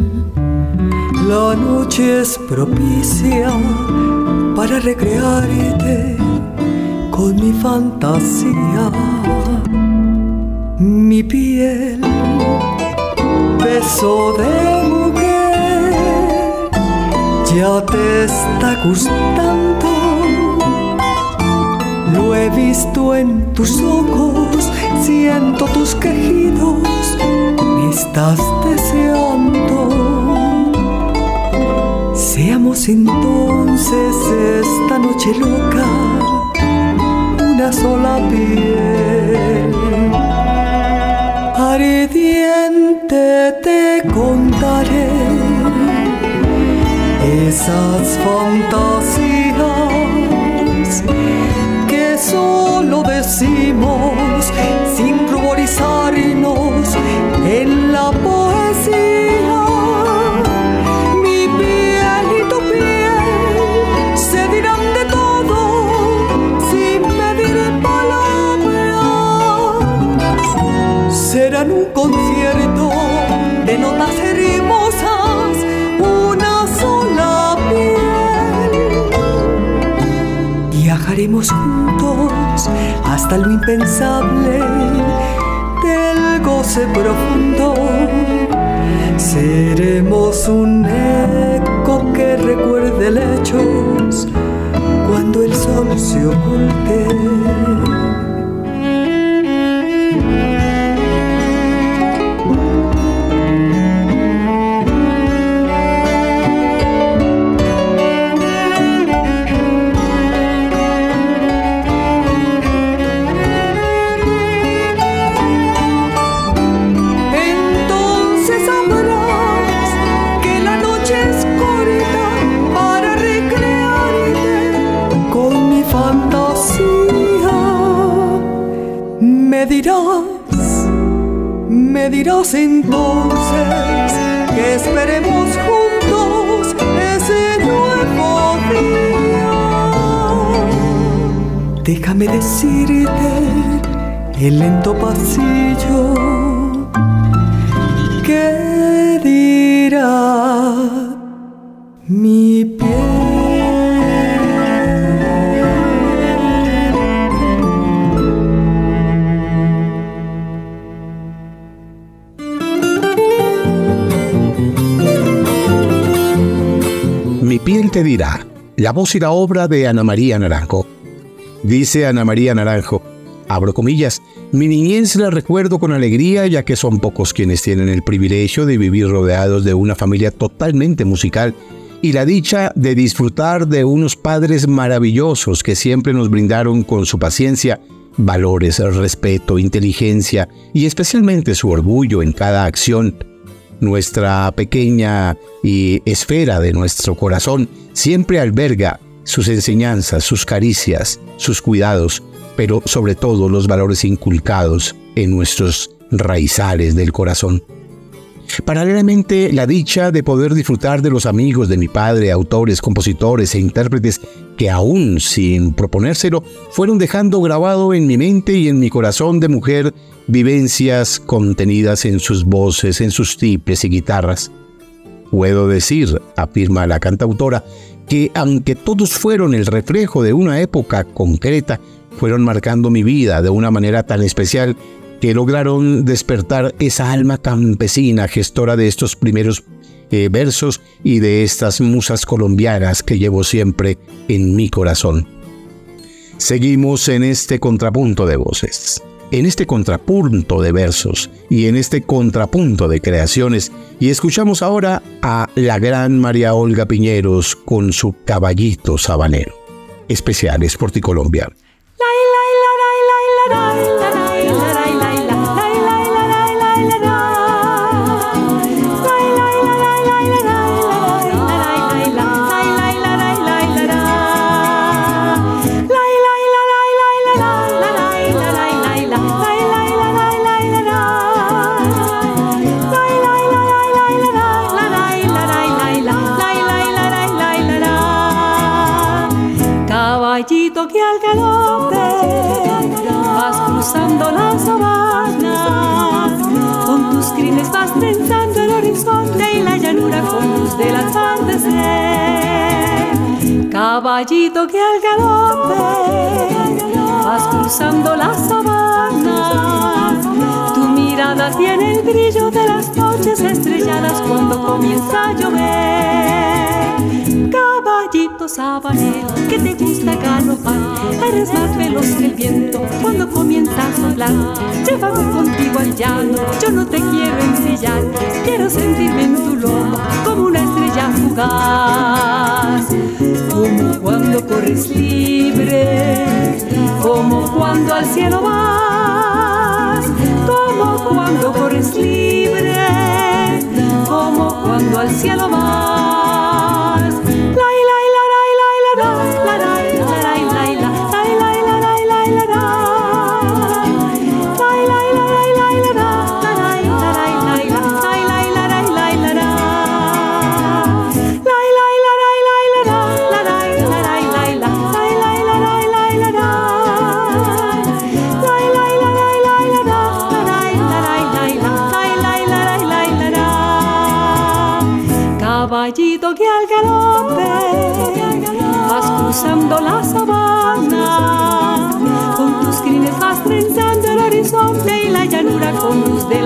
La noche es propicia para recrearte con mi fantasía. Mi piel, beso de mujer, ya te está gustando. Lo he visto en tus ojos, siento tus quejidos, me estás deseando. Seamos entonces esta noche loca una sola piel. Ardiente te contaré esas fantasías que solo decimos sin ruborizarnos en la poesía. Mi piel y tu piel se dirán de todo sin medir palabras. Serán un concierto de notas hermosas, una sola piel. Viajaremos juntos hasta lo impensable del goce profundo. Seremos un eco que recuerde lechos cuando el sol se oculte. Me dirás entonces que esperemos juntos ese nuevo día. Déjame decirte el lento pasillo que dirá mi piel. Mi piel te dirá, la voz y la obra de Ana María Naranjo. Dice Ana María Naranjo, abro comillas, mi niñez la recuerdo con alegría, ya que son pocos quienes tienen el privilegio de vivir rodeados de una familia totalmente musical y la dicha de disfrutar de unos padres maravillosos que siempre nos brindaron con su paciencia valores, respeto, inteligencia y especialmente su orgullo en cada acción. Nuestra pequeña esfera de nuestro corazón siempre alberga sus enseñanzas, sus caricias, sus cuidados, pero sobre todo los valores inculcados en nuestros raizales del corazón. Paralelamente, la dicha de poder disfrutar de los amigos de mi padre, autores, compositores e intérpretes que aún sin proponérselo fueron dejando grabado en mi mente y en mi corazón de mujer vivencias contenidas en sus voces, en sus tiples y guitarras. Puedo decir, afirma la cantautora, que aunque todos fueron el reflejo de una época concreta, fueron marcando mi vida de una manera tan especial que lograron despertar esa alma campesina gestora de estos primeros versos y de estas musas colombianas que llevo siempre en mi corazón. Seguimos en este contrapunto de voces, en este contrapunto de versos y en este contrapunto de creaciones, y escuchamos ahora a la gran María Olga Piñeros con su Caballito Sabanero. Especiales Porticolombia. Caballito que al galope vas cruzando la sabana, con tus crines vas trenzando el horizonte y la llanura con luz del atardecer. Caballito que al galope vas cruzando la sabana, tu mirada tiene el brillo de las noches estrelladas cuando comienza a llover. Caballito sabanero, que te gusta galopar, eres más veloz que el viento cuando comienza a soplar. Llévame contigo al llano, yo no te quiero ensillar, quiero sentirme en tu lomo como una estrella fugaz. Como cuando corres libre, como cuando al cielo vas, como cuando corres libre, como cuando al cielo vas. Caballito que al galope vas cruzando la sabana, con tus crines vas trenzando el horizonte y la llanura con luz del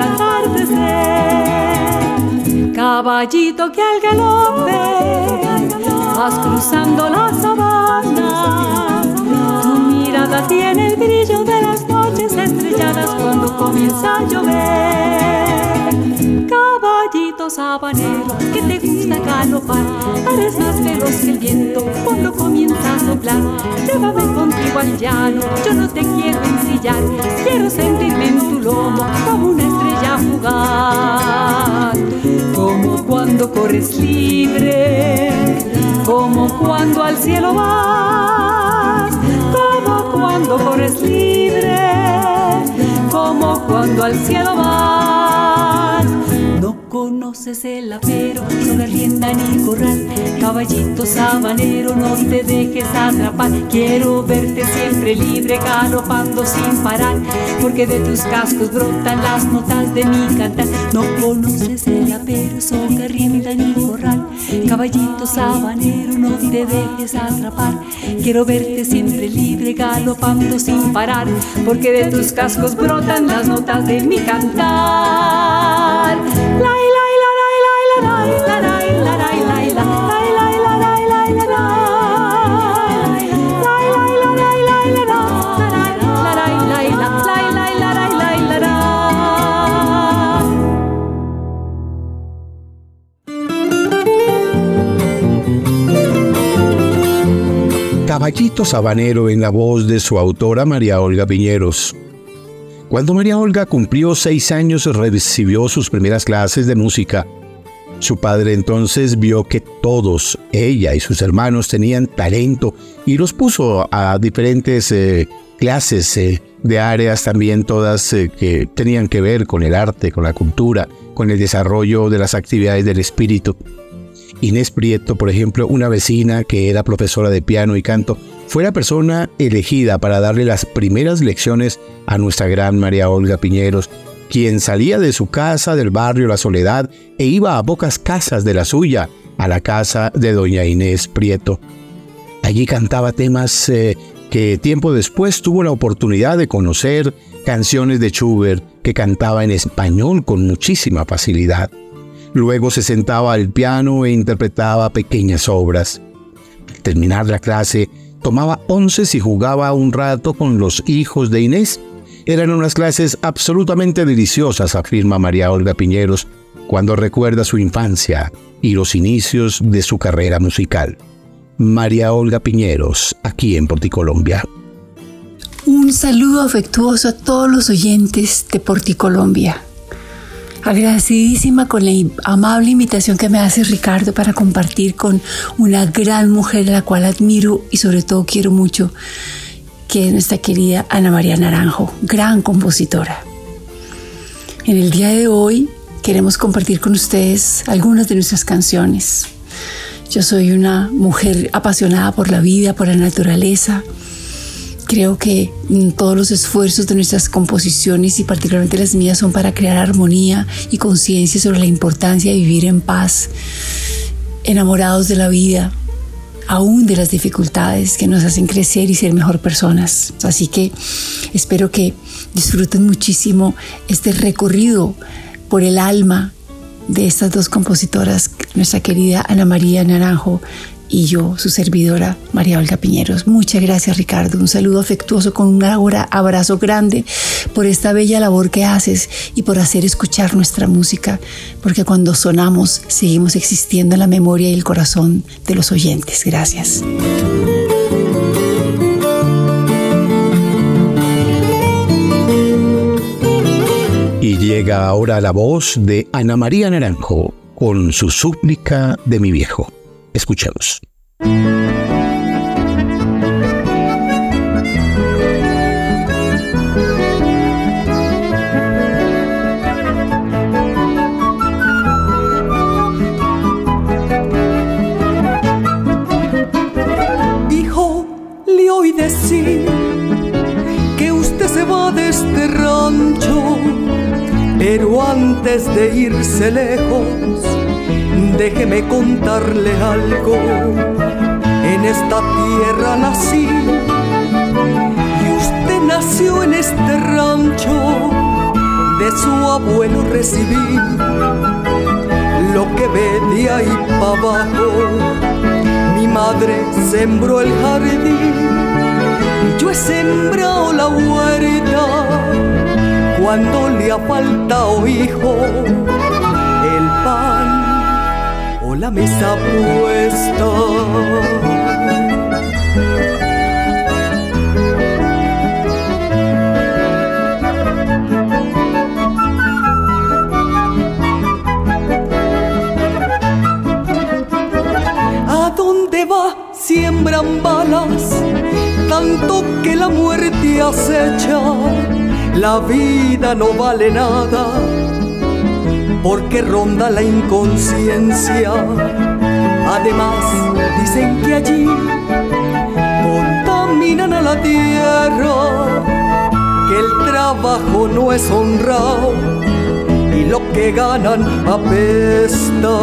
atardecer. Caballito que al galope vas cruzando la sabana, tu mirada tiene el brillo de las noches estrelladas cuando comienza a llover. Caballito sabanero, que te gusta galopar, eres más veloz que el viento cuando comienza a soplar. Llévame contigo al llano, yo no te quiero ensillar, quiero sentirme en tu lomo como una estrella fugaz. Como cuando corres libre, como cuando al cielo vas, como cuando corres libre, como cuando al cielo vas. No conoces el apero, no rienda ni corral, caballito sabanero, no te dejes atrapar. Quiero verte siempre libre, galopando sin parar, porque de tus cascos brotan las notas de mi cantar. No conoces el apero, soga, rienda ni corral, caballito sabanero, no te dejes atrapar. Quiero verte siempre libre, galopando sin parar, porque de tus cascos brotan las notas de mi cantar. Caballito sabanero, en la voz de su autora María Olga Piñeros. Cuando María Olga cumplió 6 años, recibió sus primeras clases de música. Su padre entonces vio que todos, ella y sus hermanos, tenían talento y los puso a diferentes clases de áreas también, todas que tenían que ver con el arte, con la cultura, con el desarrollo de las actividades del espíritu. Inés Prieto, por ejemplo, una vecina que era profesora de piano y canto, fue la persona elegida para darle las primeras lecciones a nuestra gran María Olga Piñeros, quien salía de su casa del barrio La Soledad e iba a pocas casas de la suya, a la casa de doña Inés Prieto. Allí cantaba temas que tiempo después tuvo la oportunidad de conocer, canciones de Schubert que cantaba en español con muchísima facilidad. Luego se sentaba al piano e interpretaba pequeñas obras. Al terminar la clase, tomaba onces y jugaba un rato con los hijos de Inés. Eran unas clases absolutamente deliciosas, afirma María Olga Piñeros, cuando recuerda su infancia y los inicios de su carrera musical. María Olga Piñeros, aquí en Porticolombia. Un saludo afectuoso a todos los oyentes de Porticolombia. Agradecidísima con la amable invitación que me hace Ricardo para compartir con una gran mujer a la cual admiro y sobre todo quiero mucho, que es nuestra querida Ana María Naranjo, gran compositora. En el día de hoy queremos compartir con ustedes algunas de nuestras canciones. Yo soy una mujer apasionada por la vida, por la naturaleza. Creo que todos los esfuerzos de nuestras composiciones y particularmente las mías son para crear armonía y conciencia sobre la importancia de vivir en paz, enamorados de la vida, aún de las dificultades que nos hacen crecer y ser mejor personas. Así que espero que disfruten muchísimo este recorrido por el alma de estas dos compositoras, nuestra querida Ana María Naranjo y yo, su servidora, María Olga Piñeros. Muchas gracias, Ricardo. Un saludo afectuoso con un abrazo grande por esta bella labor que haces y por hacer escuchar nuestra música, porque cuando sonamos seguimos existiendo en la memoria y el corazón de los oyentes. Gracias. Y llega ahora la voz de Ana María Naranjo con su súplica de mi viejo. Escuchemos. Hijo, le oí decir que usted se va de este rancho, pero antes de irse lejos, déjeme contarle algo. En esta tierra nací y usted nació en este rancho. De su abuelo recibí lo que ve de ahí para abajo. Mi madre sembró el jardín y yo he sembrado la huerta. Cuando le ha faltado, hijo, el pan o la mesa puesta. ¿A dónde va? Siembran balas, tanto que la muerte acecha. La vida no vale nada, porque ronda la inconsciencia. Además, dicen que allí contaminan a la tierra, que el trabajo no es honrado y lo que ganan apesta.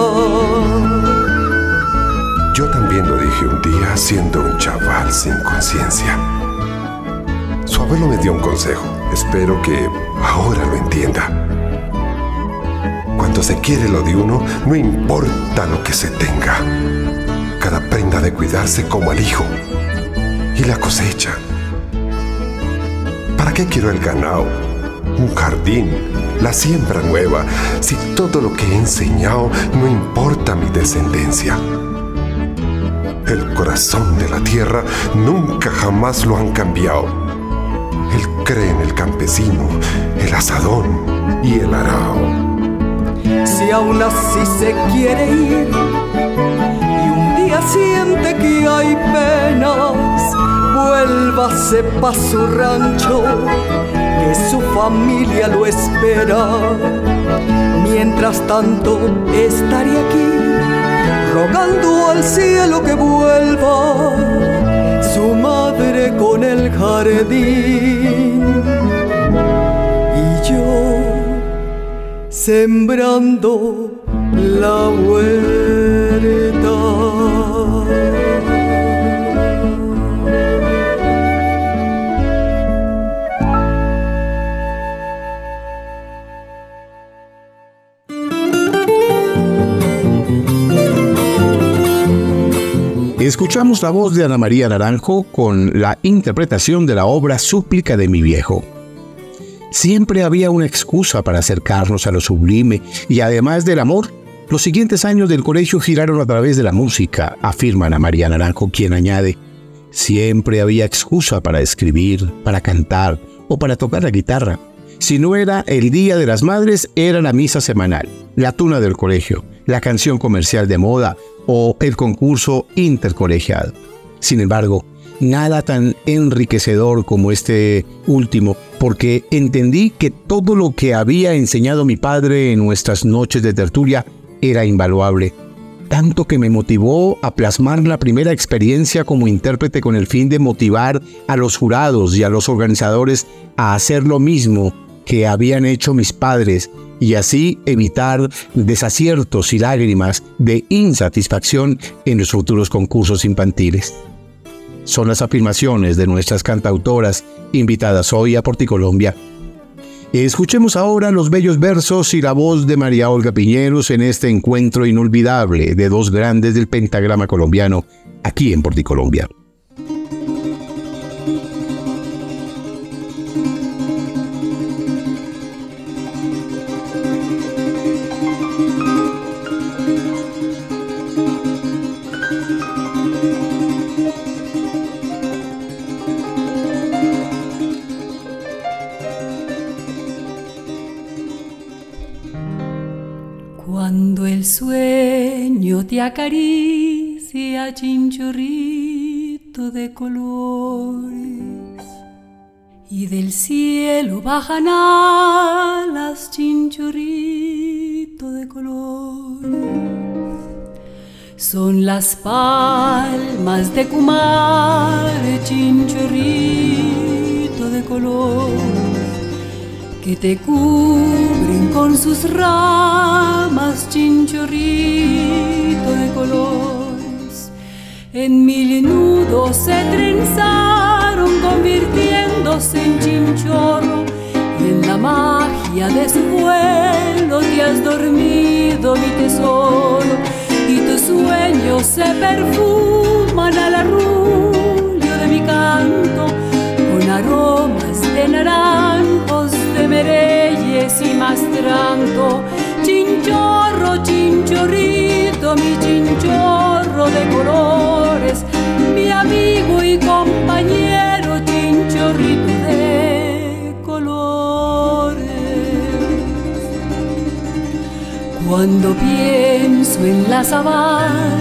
Yo también lo dije un día siendo un chaval sin conciencia. Su abuelo me dio un consejo, espero que ahora lo entienda. Cuando se quiere lo de uno, no importa lo que se tenga. Cada prenda de cuidarse como al hijo y la cosecha. ¿Para qué quiero el ganado, un jardín, la siembra nueva, si todo lo que he enseñado no importa mi descendencia? El corazón de la tierra nunca jamás lo han cambiado. Él cree en el campesino, el asadón y el arao. Si aún así se quiere ir y un día siente que hay penas, vuélvase pa' su rancho, que su familia lo espera. Mientras tanto estaré aquí, rogando al cielo que vuelva su madre con el jardín y yo sembrando la huerta. Escuchamos la voz de Ana María Naranjo con la interpretación de la obra Súplica de mi viejo. Siempre había una excusa para acercarnos a lo sublime y además del amor, los siguientes años del colegio giraron a través de la música, afirma Ana María Naranjo, quien añade: siempre había excusa para escribir, para cantar o para tocar la guitarra. Si no era el Día de las Madres, era la misa semanal, la tuna del colegio, la canción comercial de moda o el concurso intercolegiado. Sin embargo, nada tan enriquecedor como este último, porque entendí que todo lo que había enseñado mi padre en nuestras noches de tertulia era invaluable, tanto que me motivó a plasmar la primera experiencia como intérprete con el fin de motivar a los jurados y a los organizadores a hacer lo mismo que habían hecho mis padres y así evitar desaciertos y lágrimas de insatisfacción en los futuros concursos infantiles. Son las afirmaciones de nuestras cantautoras invitadas hoy a Porticolombia. Escuchemos ahora los bellos versos y la voz de María Olga Piñeros en este encuentro inolvidable de dos grandes del pentagrama colombiano aquí en Porticolombia. Cuando el sueño te acaricia, chinchorrito de colores, y del cielo bajan alas, chinchorrito de colores, son las palmas de Kumare, chinchorrito de colores, que te cubren con sus ramas, chinchorrito de colores. En mil nudos se trenzaron, convirtiéndose en chinchorro, y en la magia de su vuelo te has dormido, mi tesoro, y tus sueños se perfuman al arrullo de mi canto, con aromas de naranjos, de mereyes y mastranto. Chinchorro, chinchorrito, mi chinchorro de colores, mi amigo y compañero, chinchorrito de colores. Cuando pienso en la sabana,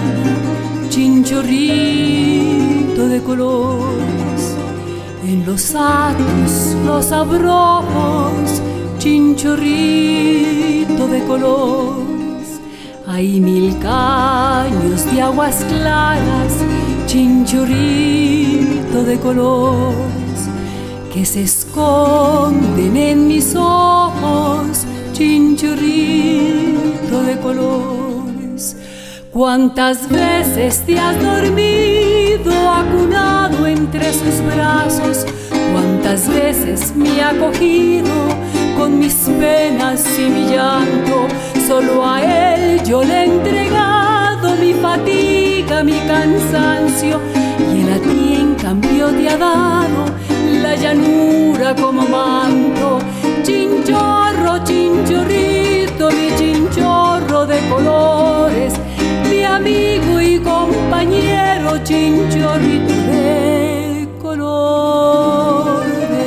chinchorrito de colores, en los atos, los abrojos, chinchorrito de colores, hay mil caños de aguas claras, chinchorrito de colores, que se esconden en mis ojos, chinchorrito de colores. ¿Cuántas veces te has dormido acunado entre sus brazos? ¿Cuántas veces me ha cogido con mis penas y mi llanto? Solo a él yo le he entregado mi fatiga, mi cansancio, y él a ti en cambio te ha dado la llanura como manto. Chinchorro, chinchorrito, mi chinchorro de colores, mi amigo y compañero, chinchorrito de colores.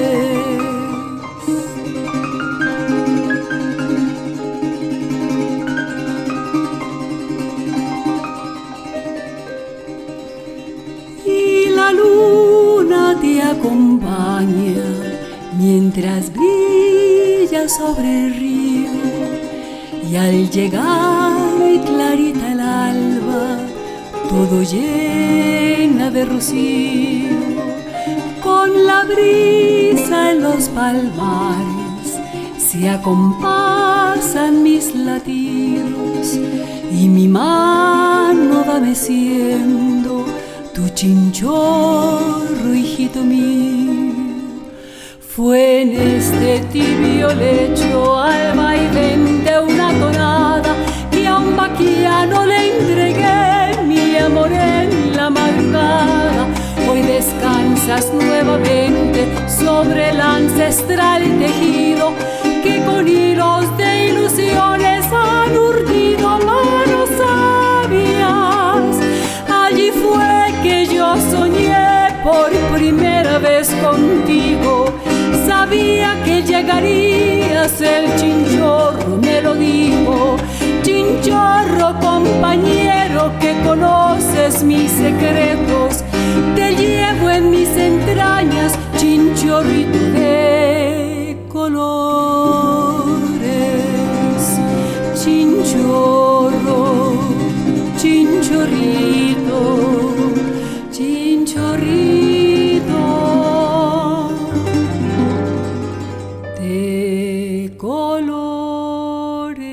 Y la luna te acompaña mientras brilla sobre el río, y al llegar clarita el alba, todo llena de rocío, con la brisa en los palmares se acompasan mis latidos, y mi mano va meciendo tu chinchorro, hijito mío. Fue en este tibio lecho al vaivén de una tonada que a un vaquiano le entregué mi amor en la madrugada. Hoy descansas nuevamente sobre el ancestral tejido que con hilos de ilusiones han urdido manos sabias. Allí fue que yo soñé por primera vez contigo. Sabía que llegarías, el chinchorro me lo dijo. Chinchorro, compañero, que conoces mis secretos, te llevo en mis entrañas, chinchorrito de colores. Chinchorro, chinchorrito, chinchorrito de colores.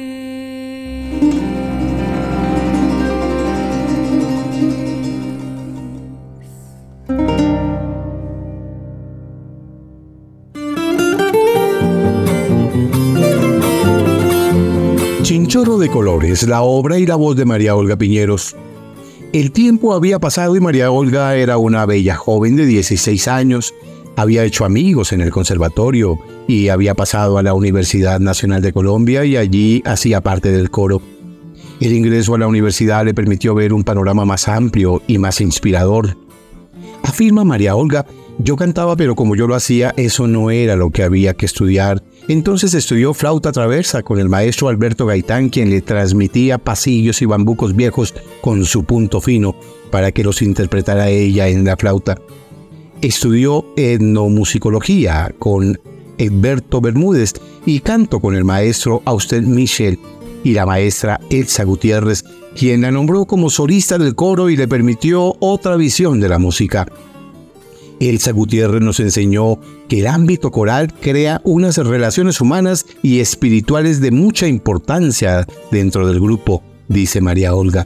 Chinchorro de colores, la obra y la voz de María Olga Piñeros. El tiempo había pasado y María Olga era una bella joven de 16 años. Había hecho amigos en el conservatorio y había pasado a la Universidad Nacional de Colombia y allí hacía parte del coro. El ingreso a la universidad le permitió ver un panorama más amplio y más inspirador. Afirma María Olga: yo cantaba, pero como yo lo hacía, eso no era lo que había que estudiar. Entonces estudió flauta traversa con el maestro Alberto Gaitán, quien le transmitía pasillos y bambucos viejos con su punto fino para que los interpretara ella en la flauta. Estudió etnomusicología con Egberto Bermúdez y canto con el maestro Austin Michel y la maestra Elsa Gutiérrez, quien la nombró como solista del coro y le permitió otra visión de la música. Elsa Gutiérrez nos enseñó que el ámbito coral crea unas relaciones humanas y espirituales de mucha importancia dentro del grupo, dice María Olga.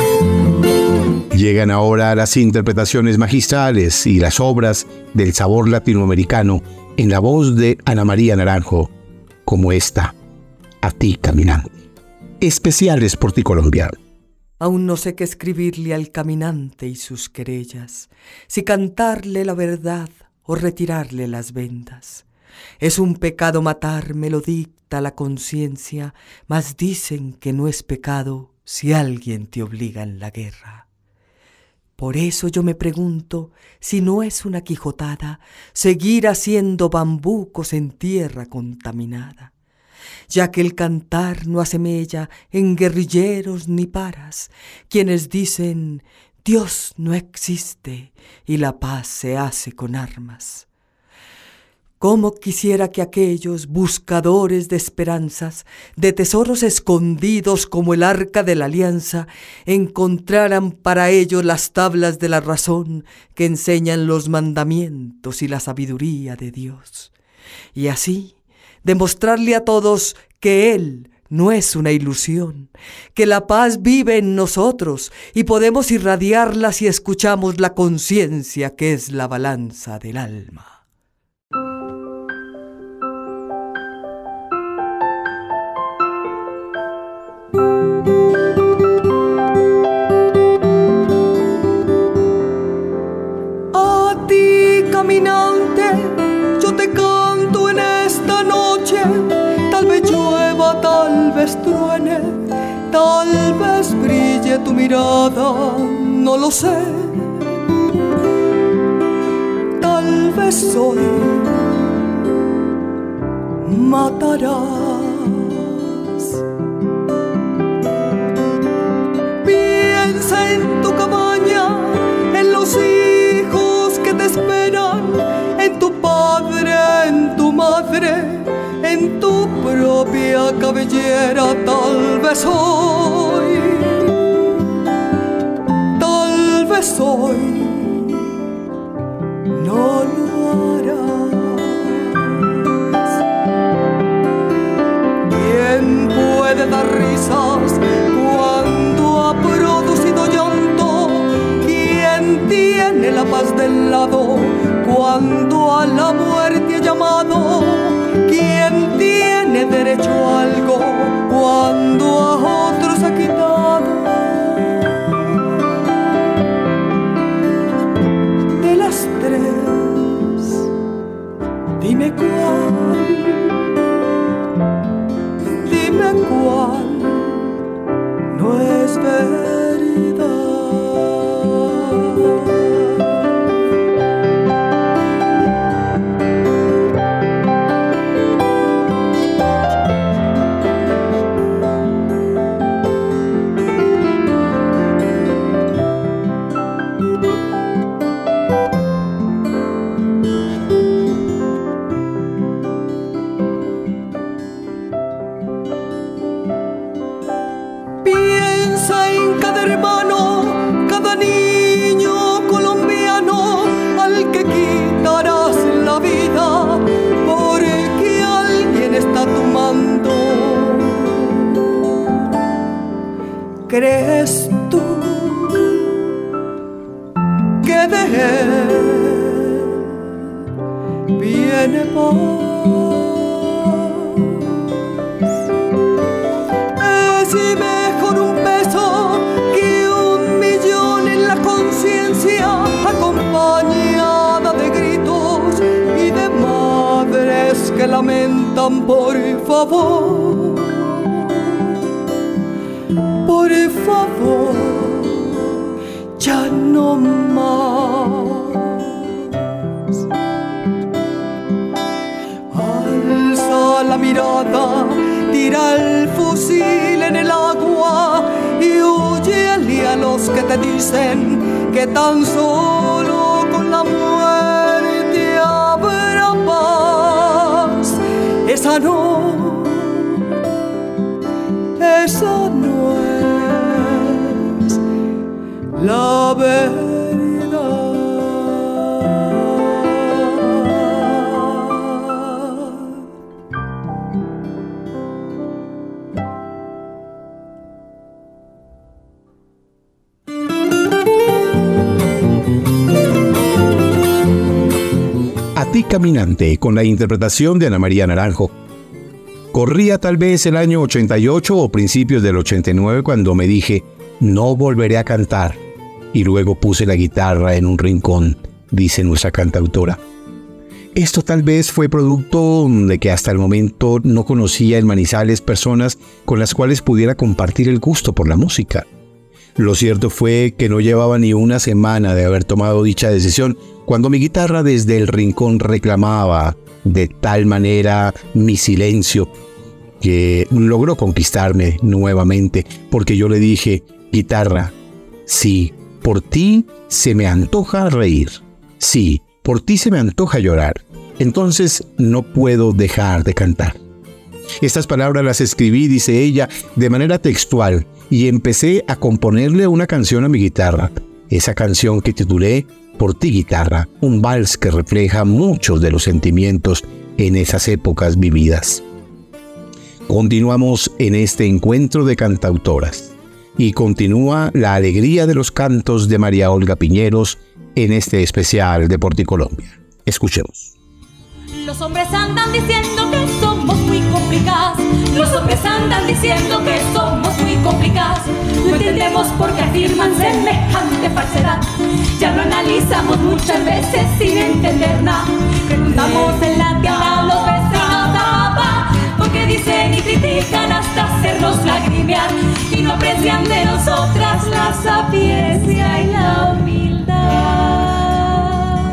Llegan ahora las interpretaciones magistrales y las obras del sabor latinoamericano en la voz de Ana María Naranjo, como esta, A ti caminante. Especiales por ti, Colombia. Aún no sé qué escribirle al caminante y sus querellas, si cantarle la verdad o retirarle las vendas. Es un pecado matar, me lo dicta la conciencia, mas dicen que no es pecado si alguien te obliga en la guerra. Por eso yo me pregunto si no es una quijotada seguir haciendo bambucos en tierra contaminada, ya que el cantar no asemella en guerrilleros ni paras, quienes dicen Dios no existe y la paz se hace con armas. Cómo quisiera que aquellos buscadores de esperanzas, de tesoros escondidos como el arca de la alianza, encontraran para ellos las tablas de la razón que enseñan los mandamientos y la sabiduría de Dios. Y así demostrarle a todos que Él no es una ilusión, que la paz vive en nosotros y podemos irradiarla si escuchamos la conciencia que es la balanza del alma. A ti, caminante, yo te canto en esta noche. Tal vez llueva, tal vez truene, tal vez brille tu mirada, no lo sé. Tal vez hoy matarás. Piensa en tu cabaña, en los hijos que te esperan, en tu padre, en tu madre, en tu propia cabellera. Tal vez hoy no lo harás. ¿Quién puede dar risas cuando ha producido llanto? ¿Quién tiene la paz del lado cuando a la muerte ha llamado? ¿Quién tiene derecho a algo cuando a otros ha quitado? De las tres, dime cuál no es verdad. ¿Crees tú que de él viene paz? que lamentan, por favor, ya no más. Alza la mirada, tira el fusil en el agua y huyele a los que te dicen que tan solo con la muerte habrá paz. Esa no es la verdad. A ti caminante, con la interpretación de Ana María Naranjo. Corría tal vez el año 88 o principios del 89 cuando me dije, no volveré a cantar. Y luego puse la guitarra en un rincón, dice nuestra cantautora. Esto tal vez fue producto de que hasta el momento no conocía en Manizales personas con las cuales pudiera compartir el gusto por la música. Lo cierto fue que no llevaba ni una semana de haber tomado dicha decisión cuando mi guitarra desde el rincón reclamaba de tal manera mi silencio que logró conquistarme nuevamente, porque yo le dije, guitarra, sí, por ti se me antoja reír, sí, por ti se me antoja llorar, entonces no puedo dejar de cantar. Estas palabras las escribí, dice ella, de manera textual, y empecé a componerle una canción a mi guitarra, esa canción que titulé Por ti guitarra, un vals que refleja muchos de los sentimientos en esas épocas vividas. Continuamos en este encuentro de cantautoras y continúa la alegría de los cantos de María Olga Piñeros en este especial de Porticolombia. Escuchemos. Los hombres andan diciendo que somos muy complicadas. Los hombres andan diciendo que somos muy complicadas. No entendemos por qué afirman semejante falsedad. Ya lo analizamos muchas veces sin entender nada. Preguntamos en la tienda a los vecinos porque dicen y critican hasta hacernos lagrimear y no aprecian de nosotras la sapiencia y la humildad.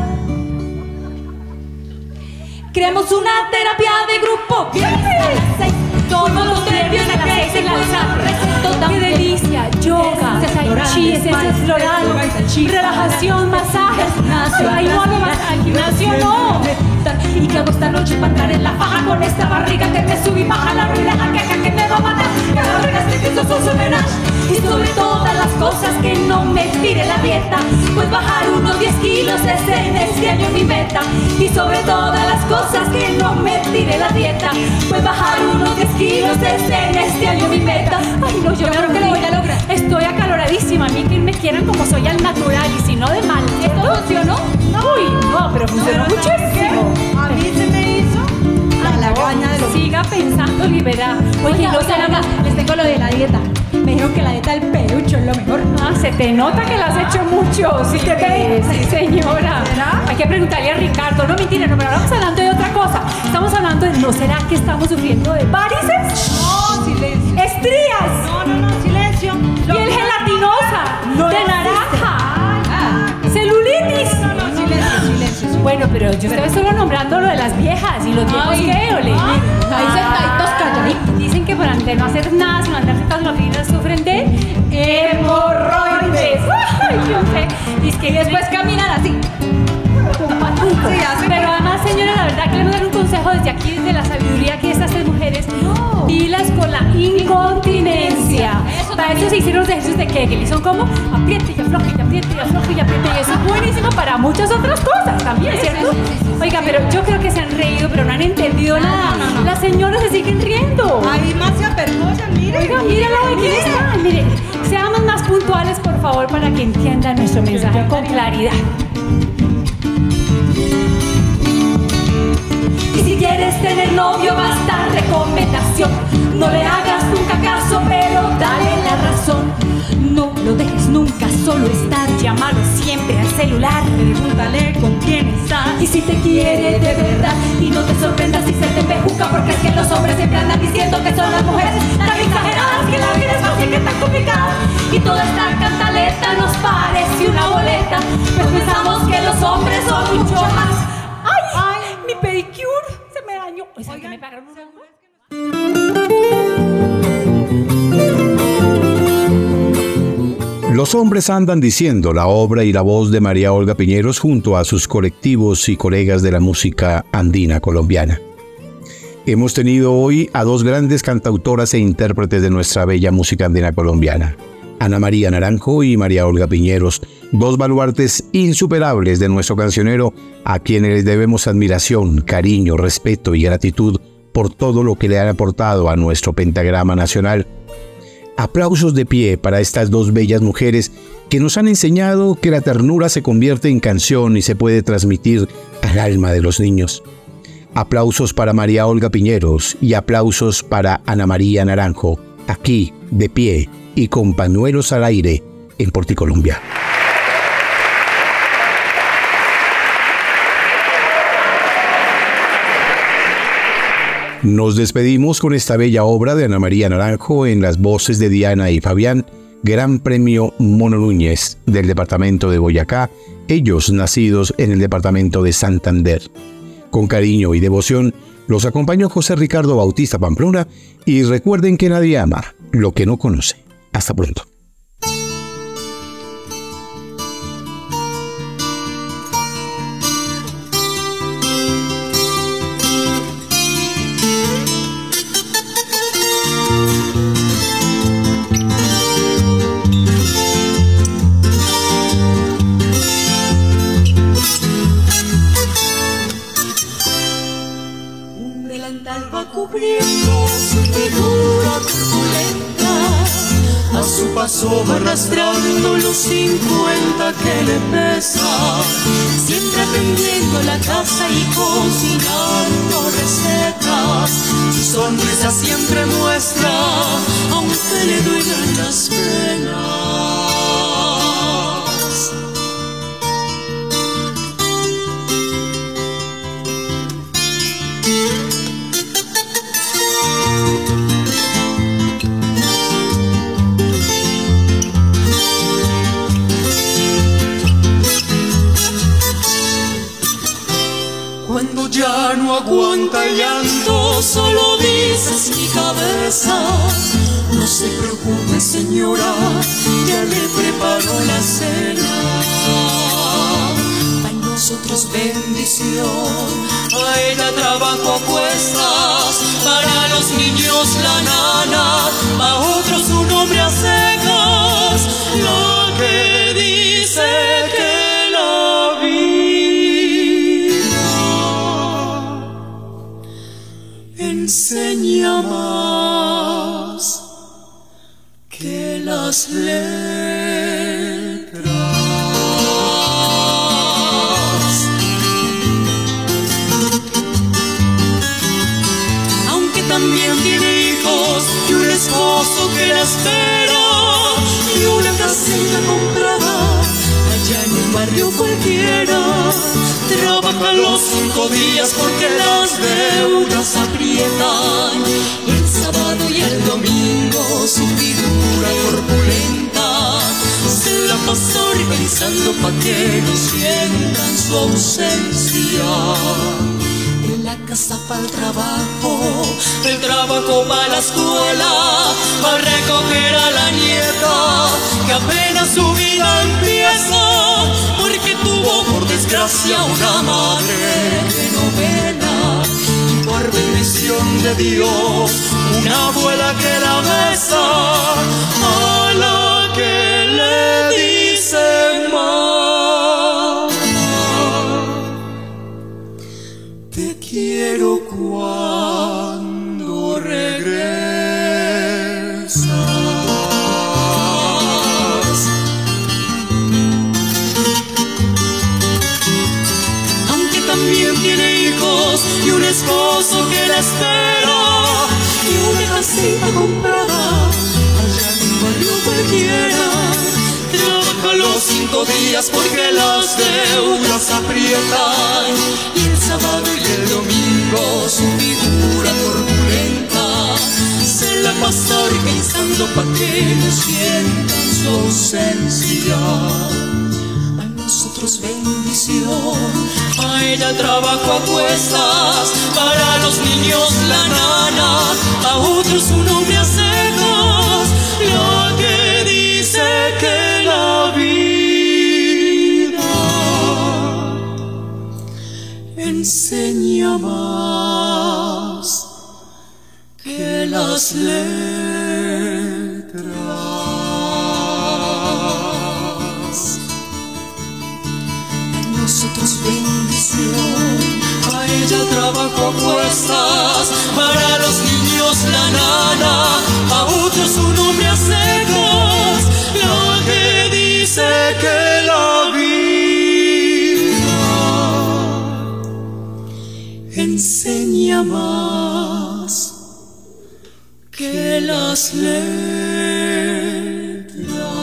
Creamos una terapia de grupo. Todos los nervios de la ¡qué delicia! Yoga, chi, esencias florales, relajación, masajes, ahí no hago más al gimnasio, no. ¿Y qué hago esta noche para entrar en la faja con esta barriga que me sube y baja la ruina que me va a matar? Que la barriga se que sos homenaje. Y sobre todas las cosas que no me tire la dieta, pues bajar unos 10 kilos es en este año mi meta. Y sobre todas las cosas que no me tire la dieta, pues bajar unos 10 kilos es en este año mi meta. Ay no, yo creo que lo voy a lograr. Estoy acaloradísima, a mí que me quieran como soy al natural y si no de mal. ¿Esto funcionó? Uy, no, pero funcionó muchísimo. A mí se me hizo a la caña de lo. Siga pensando, liberada. Oye, no se haga, les tengo lo de la dieta. Me dijeron que la dieta del pelucho es lo mejor. Ah, se te nota que la has hecho mucho. Sí, sí, señora. ¿Será? Hay que preguntarle a Ricardo. No, mentira, no, pero ahora estamos hablando de otra cosa. Estamos hablando de, ¿no será que estamos sufriendo de varices? No, silencio. ¿Estrías? No, silencio. ¿Piel gelatinosa? No ¿De existe. naranja? ¿Celulitis? No, silencio. Bueno, pero yo estoy solo nombrando lo de las viejas y los viejos que ole. Ahí sentaditos calladitos. Dicen que por antes no hacer nada, sino andar sentados en la oficina sufren de hemorroides. Ay, yo sé. Y es que Y después caminan así. pero además, señora, la verdad que le voy a dar un consejo desde aquí, desde la sabiduría que estas tres mujeres, pilas con la incontinencia. Para eso se hicieron los ejercicios de Kegel y son como apriete y afloje y apriete y afloje y apriete, y eso es buenísimo para muchas otras cosas también, ¿cierto? Oiga, pero yo creo que se han reído, pero no han entendido nada. Las señoras se siguen riendo. Ahí más se apergollan, miren. Oiga, mira la belleza. Mire, seamos más puntuales, por favor, para que entiendan nuestro mensaje con claridad. Y si quieres tener novio, basta recomendación. No le hagas nunca caso, pero dale la razón. No lo dejes nunca solo estar. Llámalo siempre al celular. Pregúntale con quién está. Y si te quiere de verdad, y no te sorprendas si se te hombres siempre andan diciendo que son las mujeres tan exageradas, que la vida es fácil, que es tan complicada. Y toda esta cantaleta nos parece una boleta, pues pensamos que los hombres son mucho más. ¡Ay! Mi pedicure se me dañó. Oigan, que me pagaron una... Los hombres andan diciendo, la obra y la voz de María Olga Piñeros junto a sus colectivos y colegas de la música andina colombiana. Hemos tenido hoy a dos grandes cantautoras e intérpretes de nuestra bella música andina colombiana, Ana María Naranjo y María Olga Piñeros, dos baluartes insuperables de nuestro cancionero, a quienes les debemos admiración, cariño, respeto y gratitud por todo lo que le han aportado a nuestro pentagrama nacional. Aplausos de pie para estas dos bellas mujeres que nos han enseñado que la ternura se convierte en canción y se puede transmitir al alma de los niños. Aplausos para María Olga Piñeros y aplausos para Ana María Naranjo, aquí, de pie y con pañuelos al aire en Porticolombia. Nos despedimos con esta bella obra de Ana María Naranjo en las voces de Diana y Fabián, Gran Premio Mono Núñez del departamento de Boyacá, ellos nacidos en el departamento de Santander. Con cariño y devoción los acompañó José Ricardo Bautista Pamplona y recuerden que nadie ama lo que no conoce. Hasta pronto. Cubriendo su figura corpulenta, a su paso va arrastrando los 50 que le pesan, siempre atendiendo la casa y cocinando recetas. Su sonrisa siempre muestra, aunque le duelan las penas. Cuando ya no aguanta el llanto, solo dices mi cabeza. No se preocupe, señora, ya le preparo la cena. Para nosotros bendición, a ella trabajo a cuestas, para los niños la nana, para otros un hombre a secas. Lo que dice que la enseña más que las letras. Aunque también tiene hijos y un esposo que la espera y una casita comprada allá en un barrio cualquiera. Trabaja los 5 días porque las deudas aprietan. El sábado y el domingo su figura corpulenta se la pasa organizando pa' que no sientan su ausencia. De la casa para el trabajo para la escuela, para recoger a la nieta que apenas su vida empieza, porque tuvo por desgracia una madre de novena y por bendición de Dios una abuela que la besa, a la que le dice mamá, te quiero cuando regresas. Aunque también tiene hijos y un esposo que la espera y una casita comprada allá en un barrio cualquiera. Trabaja los 5 5 días porque las deudas aprietan, y el sábado y el domingo su figura turbulenta se la pasa organizando pa' que no sientan su ausencia. A nosotros bendición, a ella trabajo a cuestas, para los niños la nana, a otros un hombre a secas, lo que dice que la vida enseña más que las letras. A nosotros bendición, a ella trabajo a cuestas, para los niños la nana, a otros un hombre a secas, lo que dice que la vida enseña más que las letras.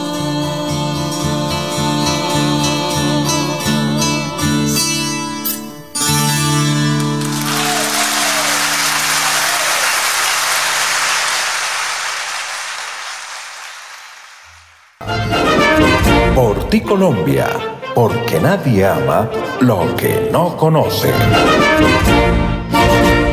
Por ti Colombia, porque nadie ama lo que no conoce.